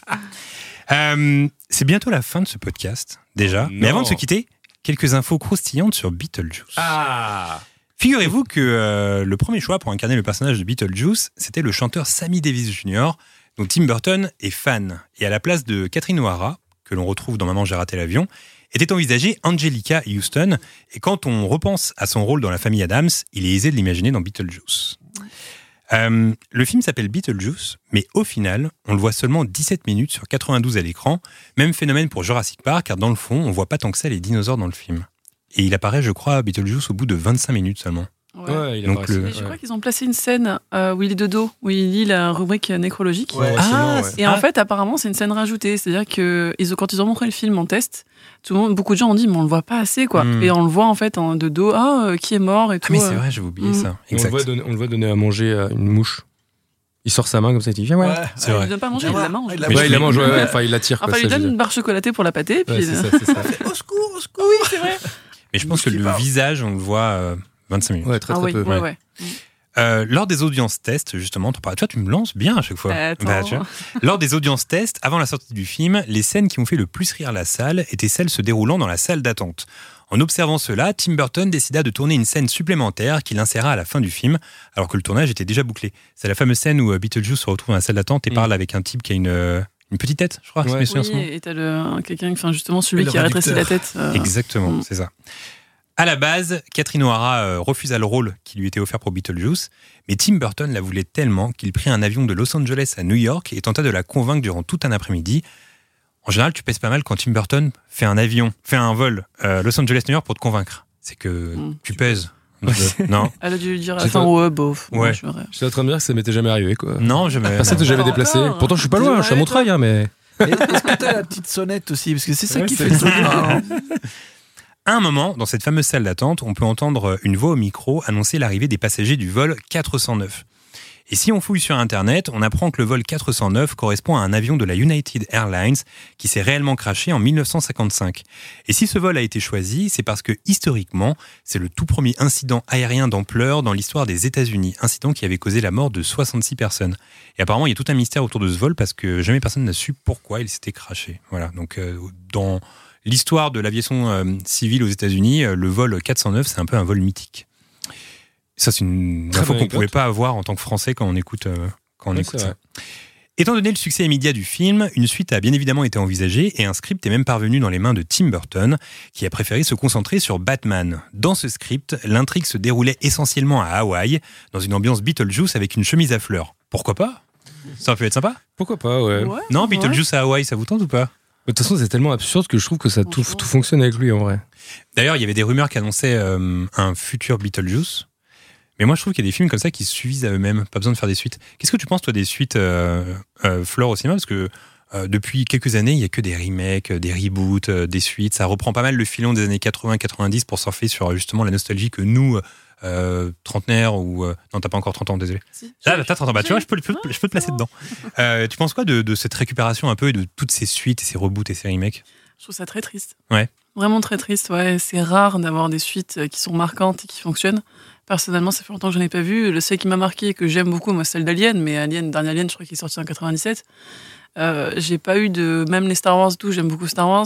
C'est bientôt la fin de ce podcast, déjà. Non. Mais avant de se quitter, quelques infos croustillantes sur Beetlejuice. Figurez-vous que le premier choix pour incarner le personnage de Beetlejuice, c'était le chanteur Sammy Davis Jr., dont Tim Burton est fan. Et à la place de Catherine O'Hara, que l'on retrouve dans Maman j'ai raté l'avion, était envisagée Angelica Houston. Et quand on repense à son rôle dans la famille Addams, il est aisé de l'imaginer dans Beetlejuice. Le film s'appelle Beetlejuice, mais au final, on le voit seulement 17 minutes sur 92 à l'écran. Même phénomène pour Jurassic Park, car dans le fond, on voit pas tant que ça les dinosaures dans le film. Et il apparaît, je crois, Beetlejuice au bout de 25 minutes seulement. Ouais, donc Je crois qu'ils ont placé une scène où il est de dos, où il lit la rubrique nécrologique. Et en fait, apparemment, c'est une scène rajoutée. C'est-à-dire que quand ils ont montré le film en test, beaucoup de gens ont dit, mais on le voit pas assez, quoi. Et on le voit en fait de dos, qui est mort et tout. Ah, mais c'est vrai, j'avais oublié ça. Exact. On le voit donner à manger à une mouche. Il sort sa main comme ça, il dit viens, ouais. C'est vrai. Il ne donne pas manger, il la mange. Il la mange, enfin, il la tire. Enfin, il lui donne une barre chocolatée pour la pâter. Puis c'est ça. Au secours, au secours. Oui, c'est vrai. Mais je pense que le visage, on le voit 25 minutes. Ouais, très peu. Ouais. Lors des audiences tests, justement, toi tu me lances bien à chaque fois. Lors des audiences tests, avant la sortie du film, les scènes qui ont fait le plus rire la salle étaient celles se déroulant dans la salle d'attente. En observant cela, Tim Burton décida de tourner une scène supplémentaire qu'il inséra à la fin du film, alors que le tournage était déjà bouclé. C'est la fameuse scène où Beetlejuice se retrouve dans la salle d'attente et parle avec un type qui a une petite tête, je crois. Oui, et t'as quelqu'un, justement celui qui a rétréci la tête. Exactement, c'est ça. À la base, Catherine O'Hara refusa le rôle qui lui était offert pour Beetlejuice, mais Tim Burton la voulait tellement qu'il prit un avion de Los Angeles à New York et tenta de la convaincre durant tout un après-midi. En général, tu pèses pas mal quand Tim Burton fait un vol Los Angeles-New York pour te convaincre. C'est que tu pèses. Non. Elle a dû lui dire attends, bof. Ouais. Je suis en train de dire que ça m'était jamais arrivé, quoi. Non, jamais. Personne ne j'avais déplacé. Pourtant, je suis pas loin, je suis à Montreuil, mais. Est-ce que t'as la petite sonnette aussi? Parce que c'est ça qui fait le truc. À un moment, dans cette fameuse salle d'attente, on peut entendre une voix au micro annoncer l'arrivée des passagers du vol 409. Et si on fouille sur Internet, on apprend que le vol 409 correspond à un avion de la United Airlines qui s'est réellement crashé en 1955. Et si ce vol a été choisi, c'est parce que, historiquement, c'est le tout premier incident aérien d'ampleur dans l'histoire des États-Unis. Incident qui avait causé la mort de 66 personnes. Et apparemment, il y a tout un mystère autour de ce vol parce que jamais personne n'a su pourquoi il s'était crashé. Voilà. Donc, dans l'histoire de l'aviation civile aux États-Unis, le vol 409, c'est un peu un vol mythique. Ça, c'est une info qu'on ne pouvait pas avoir en tant que Français quand on écoute, ça. Étant donné le succès immédiat du film, une suite a bien évidemment été envisagée et un script est même parvenu dans les mains de Tim Burton, qui a préféré se concentrer sur Batman. Dans ce script, l'intrigue se déroulait essentiellement à Hawaï, dans une ambiance Beetlejuice avec une chemise à fleurs. Pourquoi pas? Ça aurait pu être sympa? Pourquoi pas, ouais. Non, Beetlejuice à Hawaï, ça vous tente ou pas? De toute façon, c'est tellement absurde que je trouve que ça tout fonctionne avec lui, en vrai. D'ailleurs, il y avait des rumeurs qui annonçaient un futur Beetlejuice. Mais moi, je trouve qu'il y a des films comme ça qui se suffisent à eux-mêmes. Pas besoin de faire des suites. Qu'est-ce que tu penses, toi, des suites Flore au cinéma? Parce que depuis quelques années, il n'y a que des remakes, des reboots, des suites. Ça reprend pas mal le filon des années 80-90 pour surfer sur justement la nostalgie que nous, trentenaires ou... non, t'as pas encore 30 ans, désolé. Si, t'as 30 ans. Bah, tu vois, je peux te placer dedans. Tu penses quoi de cette récupération un peu et de toutes ces suites et ces reboots et ces remakes? Je trouve ça très triste. Ouais. Vraiment très triste, ouais. C'est rare d'avoir des suites qui sont marquantes et qui fonctionnent. Personnellement, ça fait longtemps que je n'en ai pas vu. Le seul qui m'a marqué et que j'aime beaucoup, moi, c'est celle d'Alien. Mais Alien, dernier Alien, je crois qu'il est sorti en 97. J'ai pas eu de... Même les Star Wars, tout, j'aime beaucoup Star Wars.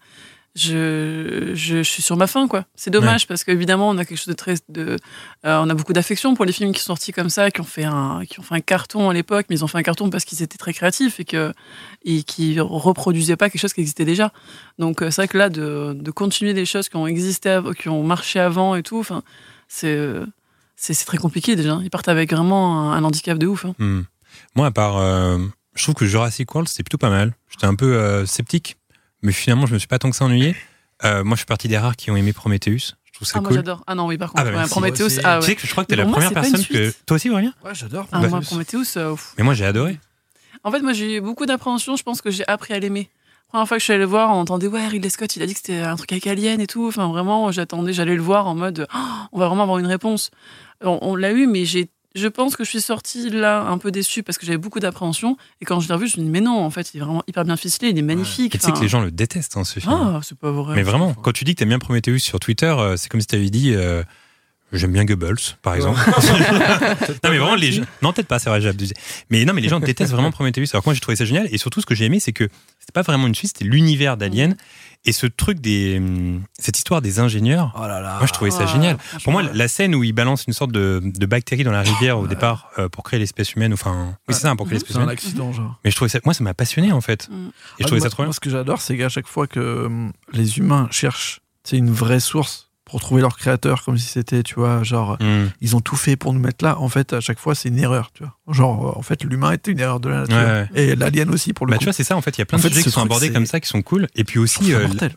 Je suis sur ma faim, quoi. C'est dommage parce qu'évidemment, on a quelque chose de très... on a beaucoup d'affection pour les films qui sont sortis comme ça, qui ont fait un carton à l'époque, mais ils ont fait un carton parce qu'ils étaient très créatifs et qui reproduisaient pas quelque chose qui existait déjà. Donc c'est vrai que là, de continuer des choses qui ont existé, qui ont marché avant et tout, enfin, c'est très compliqué déjà. Ils partent avec vraiment un handicap de ouf. Hein. Moi, à part... je trouve que Jurassic World, c'était plutôt pas mal. J'étais un peu sceptique. Mais finalement, je me suis pas tant que ça ennuyé. Moi, je suis parti des rares qui ont aimé Prometheus. Je trouve ça cool. Moi, j'adore. Ah non, oui, par contre, Prometheus. Tu sais que je crois que t'es la première personne que. Toi aussi, Aurélien ? Ouais, j'adore. Moi, Prometheus. Mais moi, j'ai adoré. En fait, moi, j'ai eu beaucoup d'appréhension. Je pense que j'ai appris à l'aimer. La première fois que je suis allée le voir, on entendait Ridley Scott, il a dit que c'était un truc avec Alien et tout. Enfin, vraiment, j'allais le voir en mode, on va vraiment avoir une réponse. On l'a eu, mais je pense que je suis sortie là un peu déçue parce que j'avais beaucoup d'appréhension. Et quand je l'ai revu, je me suis dit, mais non, en fait, il est vraiment hyper bien ficelé, il est magnifique. Tu sais que les gens le détestent, hein, ce film. Ah, c'est pas vrai. Mais vraiment, quand tu dis que t'aimes bien Prometheus sur Twitter, c'est comme si t'avais dit, j'aime bien Goebbels, par exemple. Non, mais vraiment, les gens. Non, peut-être pas, c'est vrai, j'ai abusé. Mais non, mais les gens détestent vraiment Prometheus. Alors que moi, j'ai trouvé ça génial. Et surtout, ce que j'ai aimé, c'est que c'était pas vraiment une suite, c'était l'univers d'Alien. Et ce truc cette histoire des ingénieurs, moi je trouvais ça génial. Pour moi, la scène où ils balancent une sorte de bactérie dans la rivière au départ pour créer l'espèce humaine, enfin, oui c'est ça, pour créer l'espèce humaine. C'est un accident, genre. Mais je trouvais ça, moi ça m'a passionné en fait. Et je trouvais ça trop bien. Moi, ce que j'adore, c'est qu'à chaque fois que les humains cherchent, c'est une vraie source pour trouver leur créateur, comme si c'était, tu vois, genre, ils ont tout fait pour nous mettre là. En fait, à chaque fois, c'est une erreur, tu vois. Genre, en fait, l'humain était une erreur de la nature. Ouais. Et l'alien aussi, pour le coup. Tu vois, c'est ça, en fait, il y a plein de sujets qui sont abordés comme ça, qui sont cool. Et puis aussi,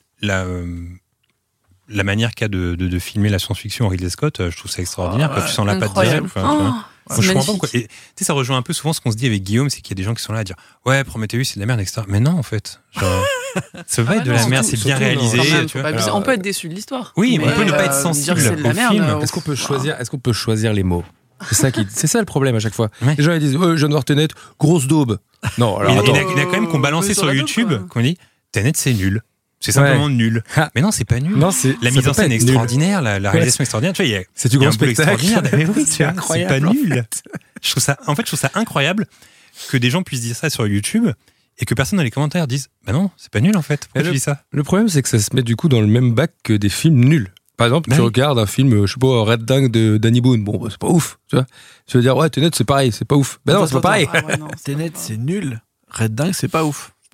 la manière qu'a de filmer la science-fiction Ridley Scott, je trouve ça extraordinaire. Quand tu sens la patte directe. Je comprends pas pourquoi. Tu sais, ça rejoint un peu souvent ce qu'on se dit avec Guillaume, c'est qu'il y a des gens qui sont là à dire ouais, Prometheus c'est de la merde, etc. Mais non, en fait, genre, ça va être de la merde, c'est bien réalisé. On peut être déçu de l'histoire. Oui, mais on peut ne pas être sensible au film. Est-ce qu'on peut choisir les mots ? C'est ça le problème à chaque fois. Les gens ils disent je viens de voir Tenet, grosse daube. Non, alors il y a quand même qu'on balançait sur YouTube, qu'on dit Tenet c'est nul. C'est simplement nul. Mais non, c'est pas nul. Non, la mise en scène extraordinaire, la réalisation extraordinaire. Tu vois, c'est du grand spectacle. Mais oui, c'est incroyable. C'est pas nul. Je trouve ça incroyable que des gens puissent dire ça sur YouTube et que personne dans les commentaires dise bah non, c'est pas nul en fait. Pourquoi tu dis ça ? Le problème, c'est que ça se met du coup dans le même bac que des films nuls. Par exemple, tu regardes un film, je sais pas, Red Dingue de Danny Boone. Bon, c'est pas ouf. Tu vois, tu veux dire ouais, Tenet, c'est pareil, c'est pas ouf. Ben non, c'est pas pareil. Tenet, c'est nul. Red Dingue, c'est pas ouf. Non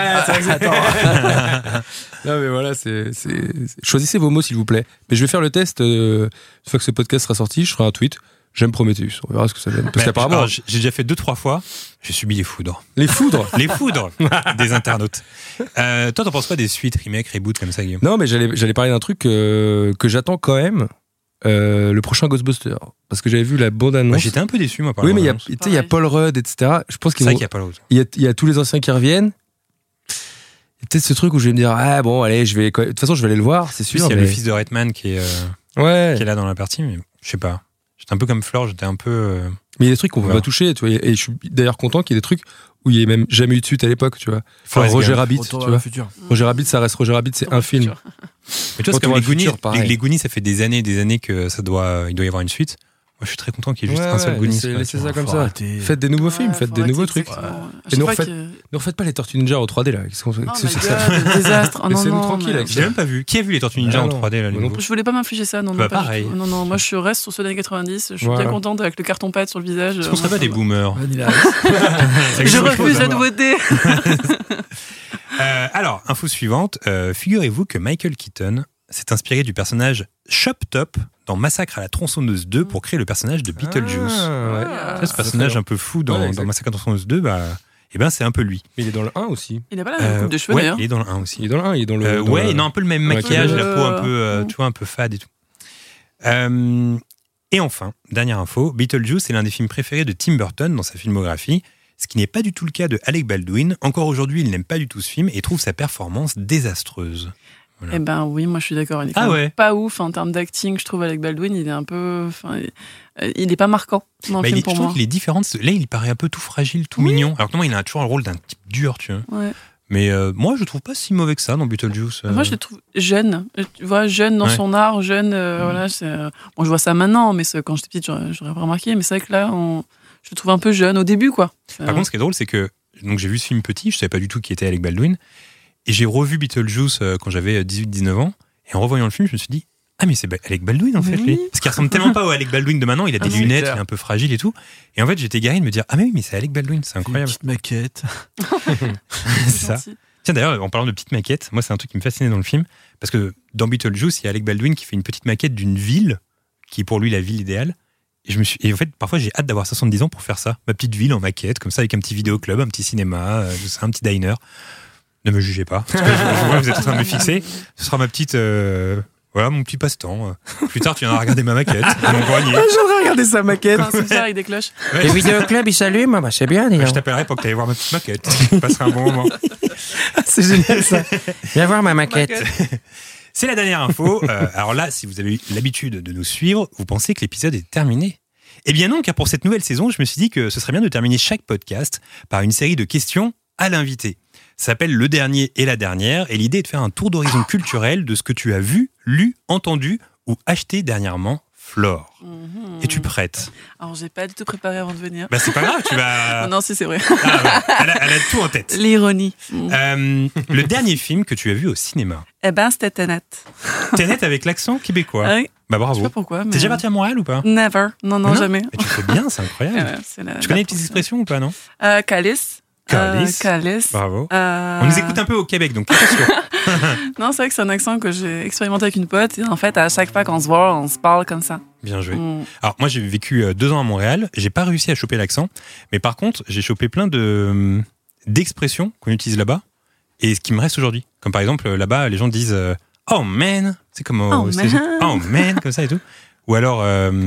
mais voilà, choisissez vos mots s'il vous plaît. Mais je vais faire le test une fois que ce podcast sera sorti, je ferai un tweet. J'aime Prometheus. On verra ce que ça donne. Parce qu'apparemment, j'ai déjà fait 2-3 fois. J'ai subi les foudres. Les foudres des internautes. Toi, t'en penses quoi des suites, remakes, reboots comme ça, Guillaume ? Non, mais j'allais parler d'un truc que j'attends quand même. Le prochain Ghostbuster, parce que j'avais vu la bande-annonce. J'étais un peu déçu moi par oui, mais il y a Paul Rudd, etc. Je pense qu'il y a Paul Rudd. Il y a tous les anciens qui reviennent. Il y a peut-être ce truc où je vais me dire ah bon allez de toute façon je vais aller le voir, c'est sûr. Il y a le fils de Reitman qui est là dans la partie, mais je sais pas. J'étais un peu comme Flore, j'étais un peu. Mais il y a des trucs qu'on peut pas toucher, tu vois. Et je suis d'ailleurs content qu'il y ait des trucs où il y ait même jamais eu de suite à l'époque, tu vois. Enfin, Roger Rabbit, tu vois. Roger Rabbit, ça reste Roger Rabbit, c'est un film. Mais tu vois, c'est comme les Goonies, ça fait des années que il doit y avoir une suite. Moi, je suis très content qu'il y ait juste un seul Goonies. Laissez ça comme ça. Faites des nouveaux films, faites des nouveaux trucs. Et ne refaites pas les Tortues Ninja en 3D là. Désastre. Laissez-nous tranquille. J'ai même pas vu. Qui a vu les Tortues Ninja en 3D là ? Je voulais pas m'infliger ça. Non, pareil. Non, moi je reste sur ceux des années 90. Je suis bien contente avec le carton-pâte sur le visage. Est-ce qu'on serait pas des boomers ? Je refuse la nouveauté. Alors, info suivante. Figurez-vous que Michael Keaton s'est inspiré du personnage Chop Top dans Massacre à la tronçonneuse 2 pour créer le personnage de Beetlejuice. Ce personnage un peu fou dans Massacre à la tronçonneuse 2, c'est un peu lui. Mais il est dans le 1 aussi. Il n'a pas la même coupe de cheveux d'ailleurs. Il est dans le 1 aussi. Il est dans le 1, il est dans le... il a un peu le même maquillage, la peau un peu, tu vois, un peu fade et tout. Et enfin, dernière info, Beetlejuice est l'un des films préférés de Tim Burton dans sa filmographie, ce qui n'est pas du tout le cas de Alec Baldwin. Encore aujourd'hui, il n'aime pas du tout ce film et trouve sa performance désastreuse. Voilà. Eh ben oui, moi je suis d'accord. Il est pas ouf en termes d'acting, je trouve. Alec Baldwin, il est un peu, il est pas marquant dans le film pour moi. Je trouve qu'il est différent. Là, il paraît un peu tout fragile, tout mignon. Alors que moi, il a toujours le rôle d'un type dur, tu vois. Ouais. Mais moi, je trouve pas si mauvais que ça dans Beetlejuice. Moi, je le trouve jeune. Tu vois, jeune dans son art, jeune. Voilà, bon, je vois ça maintenant, mais quand j'étais petite, j'aurais pas remarqué. Mais c'est vrai que là, je le trouve un peu jeune au début, quoi. Par contre, ce qui est drôle, c'est que donc j'ai vu ce film petit, je savais pas du tout qui était Alec Baldwin, et j'ai revu Beetlejuice quand j'avais 18-19 ans, et en revoyant le film, je me suis dit, ah mais c'est Alec Baldwin en fait, lui. Parce qu'il ressemble tellement pas au Alec Baldwin de maintenant, il a des lunettes, il est un peu fragile et tout. Et en fait, j'étais garé de me dire, ah mais oui, mais c'est Alec Baldwin, c'est incroyable. Une petite maquette. C'est ça. Tiens, d'ailleurs, en parlant de petites maquettes, moi c'est un truc qui me fascinait dans le film, parce que dans Beetlejuice, il y a Alec Baldwin qui fait une petite maquette d'une ville, qui est pour lui la ville idéale. Et en fait, parfois, j'ai hâte d'avoir 70 ans pour faire ça. Ma petite ville en maquette, comme ça, avec un petit vidéoclub, un petit cinéma, un petit diner. Ne me jugez pas. Parce que je vois que vous êtes en train de me fixer. Ce sera ma petite... voilà, mon petit passe-temps. Plus tard, tu viendras regarder ma maquette. Mon grenier. J'aimerais regarder sa maquette. C'est ça, avec des cloches. Ouais, Le vidéoclub, il s'allume, bah, c'est bien. je t'appellerai pour que tu ailles voir ma petite maquette. Tu passeras un bon moment. C'est génial ça. Viens voir ma maquette. C'est la dernière info. Alors là, si vous avez eu l'habitude de nous suivre, vous pensez que l'épisode est terminé. Eh bien non, car pour cette nouvelle saison, je me suis dit que ce serait bien de terminer chaque podcast par une série de questions à l'invité. Ça s'appelle Le Dernier et la Dernière, et l'idée est de faire un tour d'horizon culturel de ce que tu as vu, lu, entendu ou acheté dernièrement, Flore. Es-tu prête? Alors, j'ai pas du tout préparé avant de venir. Bah, c'est pas grave, tu vas... Non, si, c'est vrai. Ah, ouais. Elle a tout en tête. L'ironie. Le dernier film que tu as vu au cinéma? Eh ben, c'était Tenet. Tenet avec l'accent québécois. Oui. Bah bravo. Je sais pas pourquoi. Mais... T'es déjà parti à Montréal ou pas? Never. Non, jamais. Et tu fais bien, c'est incroyable. Tu connais les petites expressions ou pas, non? Calice. Calice. Bravo. On nous écoute un peu au Québec, donc attention. Non, c'est vrai que c'est un accent que j'ai expérimenté avec une pote. Et en fait, à chaque fois qu'on se voit, on se parle comme ça. Bien joué. Alors, moi, j'ai vécu 2 ans à Montréal. J'ai pas réussi à choper l'accent. Mais par contre, j'ai chopé plein d'expressions qu'on utilise là-bas et ce qui me reste aujourd'hui. Comme par exemple, là-bas, les gens disent oh man. C'est comme oh man, comme ça et tout. Ou alors,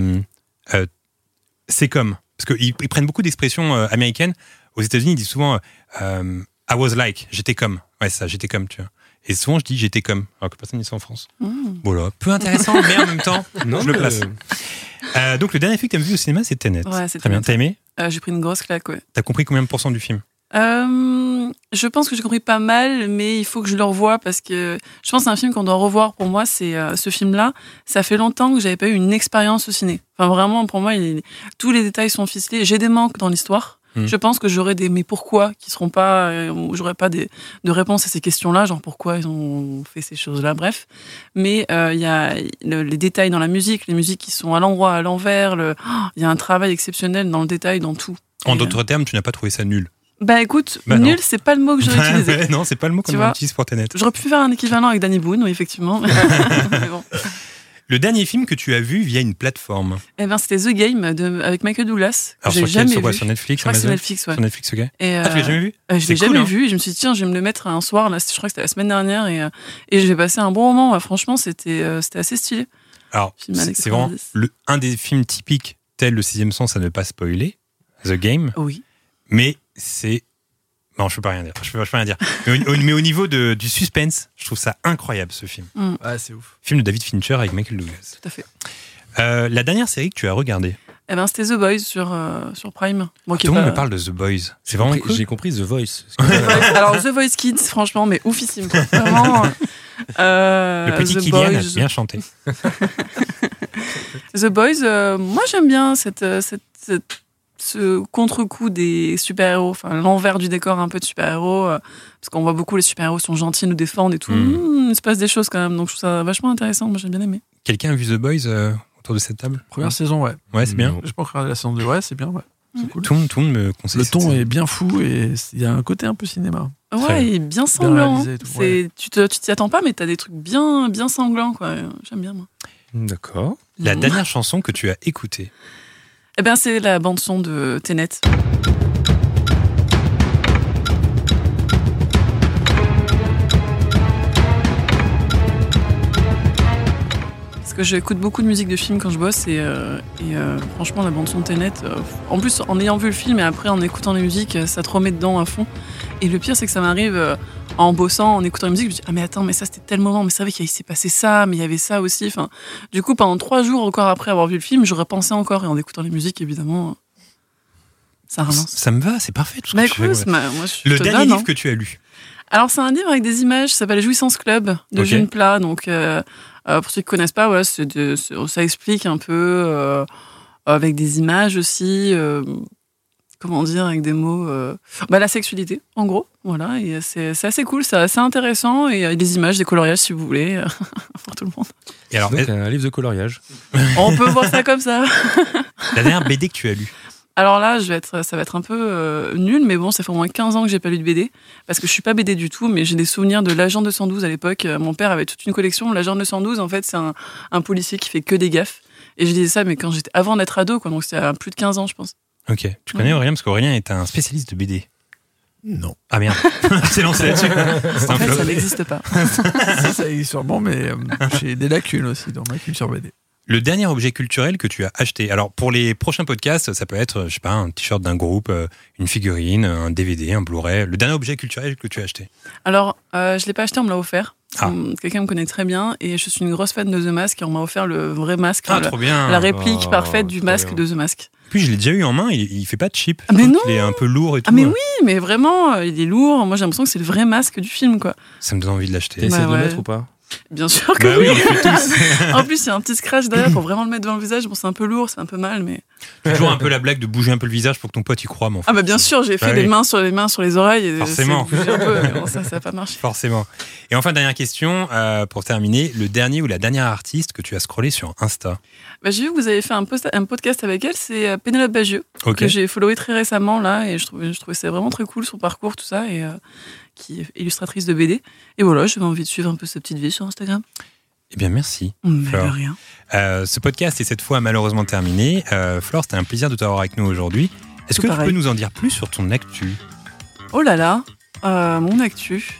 c'est comme. Parce qu'ils prennent beaucoup d'expressions américaines. Aux États-Unis, ils disent souvent I was like, j'étais comme. Ouais, c'est ça, j'étais comme, tu vois. Et souvent, je dis j'étais comme, alors que personne ne dit ça en France. Voilà, peu intéressant, mais en même temps, je le place. Donc, le dernier film que tu as vu au cinéma, c'est Tenet. Ouais, c'est très bien. T'as aimé? J'ai pris une grosse claque, ouais. T'as compris combien de pourcents du film? Je pense que j'ai compris pas mal, mais il faut que je le revoie parce que je pense que c'est un film qu'on doit revoir. Pour moi, c'est ce film-là. Ça fait longtemps que j'avais pas eu une expérience au ciné. Enfin, vraiment, pour moi, tous les détails sont ficelés. J'ai des manques dans l'histoire. Je pense que j'aurais des mais pourquoi qui seront pas, j'aurais pas de réponse à ces questions-là, genre pourquoi ils ont fait ces choses-là, bref. Mais il y a les détails dans la musique, les musiques qui sont à l'endroit, à l'envers. Il y a un travail exceptionnel dans le détail, dans tout. En d'autres termes, tu n'as pas trouvé ça nul? Bah écoute, nul, c'est pas le mot que j'aurais utilisé. Ouais, non, c'est pas le mot qu'on utilise pour Tenet. J'aurais pu faire un équivalent avec Danny Boone, oui, effectivement. Mais bon. Le dernier film que tu as vu via une plateforme? Eh ben, c'était The Game avec Michael Douglas. Alors, j'ai jamais vu. Sur Netflix, je crois que c'est Netflix, ouais. Sur Netflix, ok. Et tu l'as jamais vu? Je l'ai jamais vu. Et je me suis dit, tiens, je vais me le mettre un soir. Là, je crois que c'était la semaine dernière. Et j'ai passé un bon moment. Franchement, c'était assez stylé. Alors, c'est vraiment un des films typiques, tel Le Sixième Sens à ne pas spoiler, The Game. Oui. Mais c'est... Non, je peux pas rien dire. Je peux rien dire. Mais au niveau du suspense, je trouve ça incroyable, ce film. Ouais, c'est ouf. Film de David Fincher avec Michael Douglas. Tout à fait. La dernière série que tu as regardée? Eh ben, c'était The Boys sur Prime. Bon, tout le monde me parle de The Boys. C'est vraiment cool. J'ai compris The Voice. Alors, The Voice Kids, franchement, mais oufissime. Quoi. Vraiment. Le petit Kylian a bien chanté. The Boys, moi, j'aime bien ce contre-coup des super-héros, enfin l'envers du décor un peu de super-héros, parce qu'on voit beaucoup les super-héros sont gentils, nous défendent et tout. Il se passe des choses quand même, donc je trouve ça vachement intéressant. Moi, j'ai bien aimé. Quelqu'un a vu The Boys autour de cette table? Première saison, ouais. Ouais, c'est bien. J'ai pas regardé la saison 2, ouais, c'est bien, ouais. C'est cool. Tout le monde me conseille. Le ton est bien fou et il y a un côté un peu cinéma. Ouais, il est bien sanglant. Bien tout, ouais. Tu t'y attends pas, mais t'as des trucs bien sanglants, quoi. J'aime bien, moi. D'accord. La dernière chanson que tu as écoutée? Eh ben, c'est la bande-son de Tenet. Parce que j'écoute beaucoup de musique de film quand je bosse et franchement, la bande-son de Tenet, en plus, en ayant vu le film et après en écoutant les musiques, ça te remet dedans à fond. Et le pire, c'est que ça m'arrive en bossant, en écoutant la musique, je me dis, ah mais attends, mais ça c'était tel moment, mais c'est vrai qu'il s'est passé ça, mais il y avait ça aussi. Enfin, du coup, pendant 3 jours encore après avoir vu le film, j'aurais pensé encore, et en écoutant les musiques, évidemment, ça relance. Ça me va, c'est parfait tout ce bah, que tu fais. Moi, le dernier livre que tu as lu? Alors, c'est un livre avec des images, ça s'appelle Jouissance Club de June Plat. Donc, pour ceux qui ne connaissent pas, voilà, ça explique un peu avec des images aussi, comment dire, avec des mots, la sexualité, en gros. Voilà, et c'est assez cool, c'est assez intéressant. Et il y a des images, des coloriages, si vous voulez, pour tout le monde. Et alors, donc, un livre de coloriage. On peut voir ça comme ça. La dernière BD que tu as lue? Alors là, ça va être un peu nul, mais bon, ça fait au moins 15 ans que j'ai pas lu de BD, parce que je suis pas BD du tout, mais j'ai des souvenirs de l'Agent 212 à l'époque. Mon père avait toute une collection. L'Agent 212, en fait, c'est un policier qui fait que des gaffes. Et je disais ça, mais quand j'étais avant d'être ado, quoi, donc c'était à plus de 15 ans, je pense. Ok. Tu connais Aurélien, parce qu'Aurélien est un spécialiste de BD. Non. Ah merde. C'est lancé là-dessus. C'est en fait, ça n'existe pas. Ça existe sûrement, mais j'ai des lacunes aussi dans ma culture BD. Le dernier objet culturel que tu as acheté. Alors, pour les prochains podcasts, ça peut être, je sais pas, un t-shirt d'un groupe, une figurine, un DVD, un Blu-ray. Le dernier objet culturel que tu as acheté. Alors, je l'ai pas acheté, on me l'a offert. Quelqu'un me connaît très bien et je suis une grosse fan de The Mask et on m'a offert le vrai masque. Trop bien. La réplique parfaite du masque de The Mask. Puis je l'ai déjà eu en main, il fait pas de cheap. Mais non. Il est un peu lourd et tout. Ah mais oui, mais vraiment, il est lourd. Moi j'ai l'impression que c'est le vrai masque du film, quoi. Ça me donne envie de l'acheter. T'essaies de le mettre ou pas? Bien sûr que oui. On le fait tous. En plus, il y a un petit scratch derrière pour vraiment le mettre devant le visage. Bon, c'est un peu lourd, c'est un peu mal, mais. Toujours un peu la blague de bouger un peu le visage pour que ton pote y croit, mais en fait, bien sûr, j'ai fait les mains sur les oreilles. Et forcément. Un peu, mais bon, ça n'a pas marché. Forcément. Et enfin, dernière question, pour terminer, le dernier ou la dernière artiste que tu as scrollé sur Insta? J'ai vu que vous avez fait un podcast avec elle, c'est Pénélope Bagieux, que j'ai followé très récemment, là, et je trouvais ça vraiment très cool, son parcours, tout ça, et qui est illustratrice de BD. Et voilà, j'avais envie de suivre un peu sa petite vie sur Instagram. Eh bien, merci. De rien. Ce podcast est cette fois malheureusement terminé. Flore, c'était un plaisir de t'avoir avec nous aujourd'hui. Est-ce que tu peux nous en dire plus sur ton actu? Oh là là, mon actu.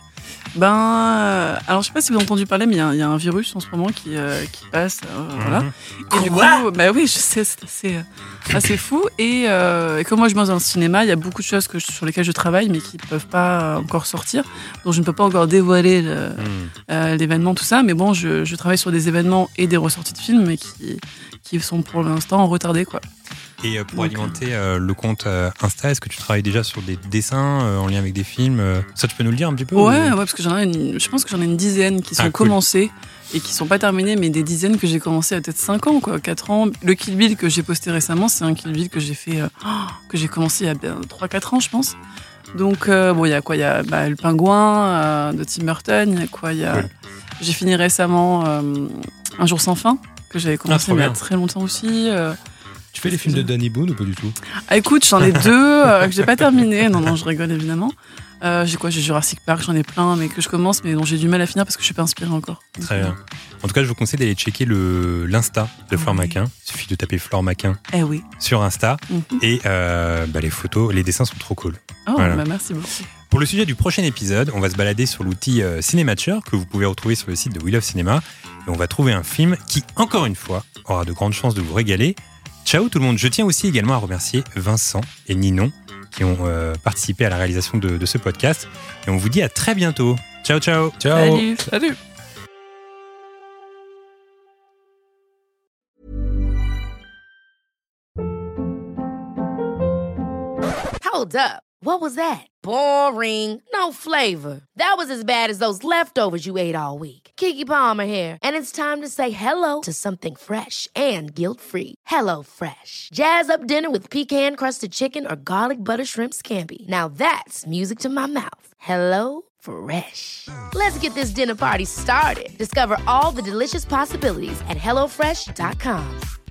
Alors je sais pas si vous avez entendu parler, mais il y a un virus en ce moment qui passe, voilà. Et du coup, oui, je sais, c'est assez fou. Et comme moi je bosse dans le cinéma, il y a beaucoup de choses sur lesquelles je travaille, mais qui ne peuvent pas encore sortir, donc je ne peux pas encore dévoiler l'événement, tout ça. Mais bon, je travaille sur des événements et des ressorties de films, mais qui sont pour l'instant retardés, quoi. Et pour alimenter le compte Insta, est-ce que tu travailles déjà sur des dessins en lien avec des films? Ça, tu peux nous le dire un petit peu? Ouais, parce que je pense que j'en ai une dizaine qui sont commencées et qui sont pas terminées, mais des dizaines que j'ai commencé à peut-être 5 ans, quoi, 4 ans. Le Kill Bill que j'ai posté récemment, c'est un Kill Bill que j'ai fait, que j'ai commencé il y a 3-4 ans, je pense. Donc, il y a quoi? Il y a Le Pingouin de Tim Burton, il y a quoi? J'ai fini récemment Un jour sans fin, que j'avais commencé il y a très longtemps aussi. Tu fais les films de Danny Boone ou pas du tout? Écoute, j'en ai 2 que j'ai pas terminé. Non, je rigole évidemment. J'ai Jurassic Park, j'en ai plein, mais que je commence, mais dont j'ai du mal à finir parce que je suis pas inspirée encore. Très bien. En tout cas, je vous conseille d'aller checker l'Insta de Flore Maquin. Il suffit de taper Flore Maquin sur Insta. Et les photos, les dessins sont trop cool. Merci beaucoup. Pour le sujet du prochain épisode, on va se balader sur l'outil Cinématcher que vous pouvez retrouver sur le site de We Love Cinéma. Et on va trouver un film qui, encore une fois, aura de grandes chances de vous régaler. Ciao tout le monde. Je tiens aussi également à remercier Vincent et Ninon qui ont participé à la réalisation de ce podcast. Et on vous dit à très bientôt. Ciao, ciao. Ciao. Salut. Hold up. What was that? Boring. No flavor. That was as bad as those leftovers you ate all week. Keke Palmer here, and it's time to say hello to something fresh and guilt-free. Hello Fresh. Jazz up dinner with pecan-crusted chicken or garlic butter shrimp scampi. Now that's music to my mouth. Hello Fresh. Let's get this dinner party started. Discover all the delicious possibilities at HelloFresh.com.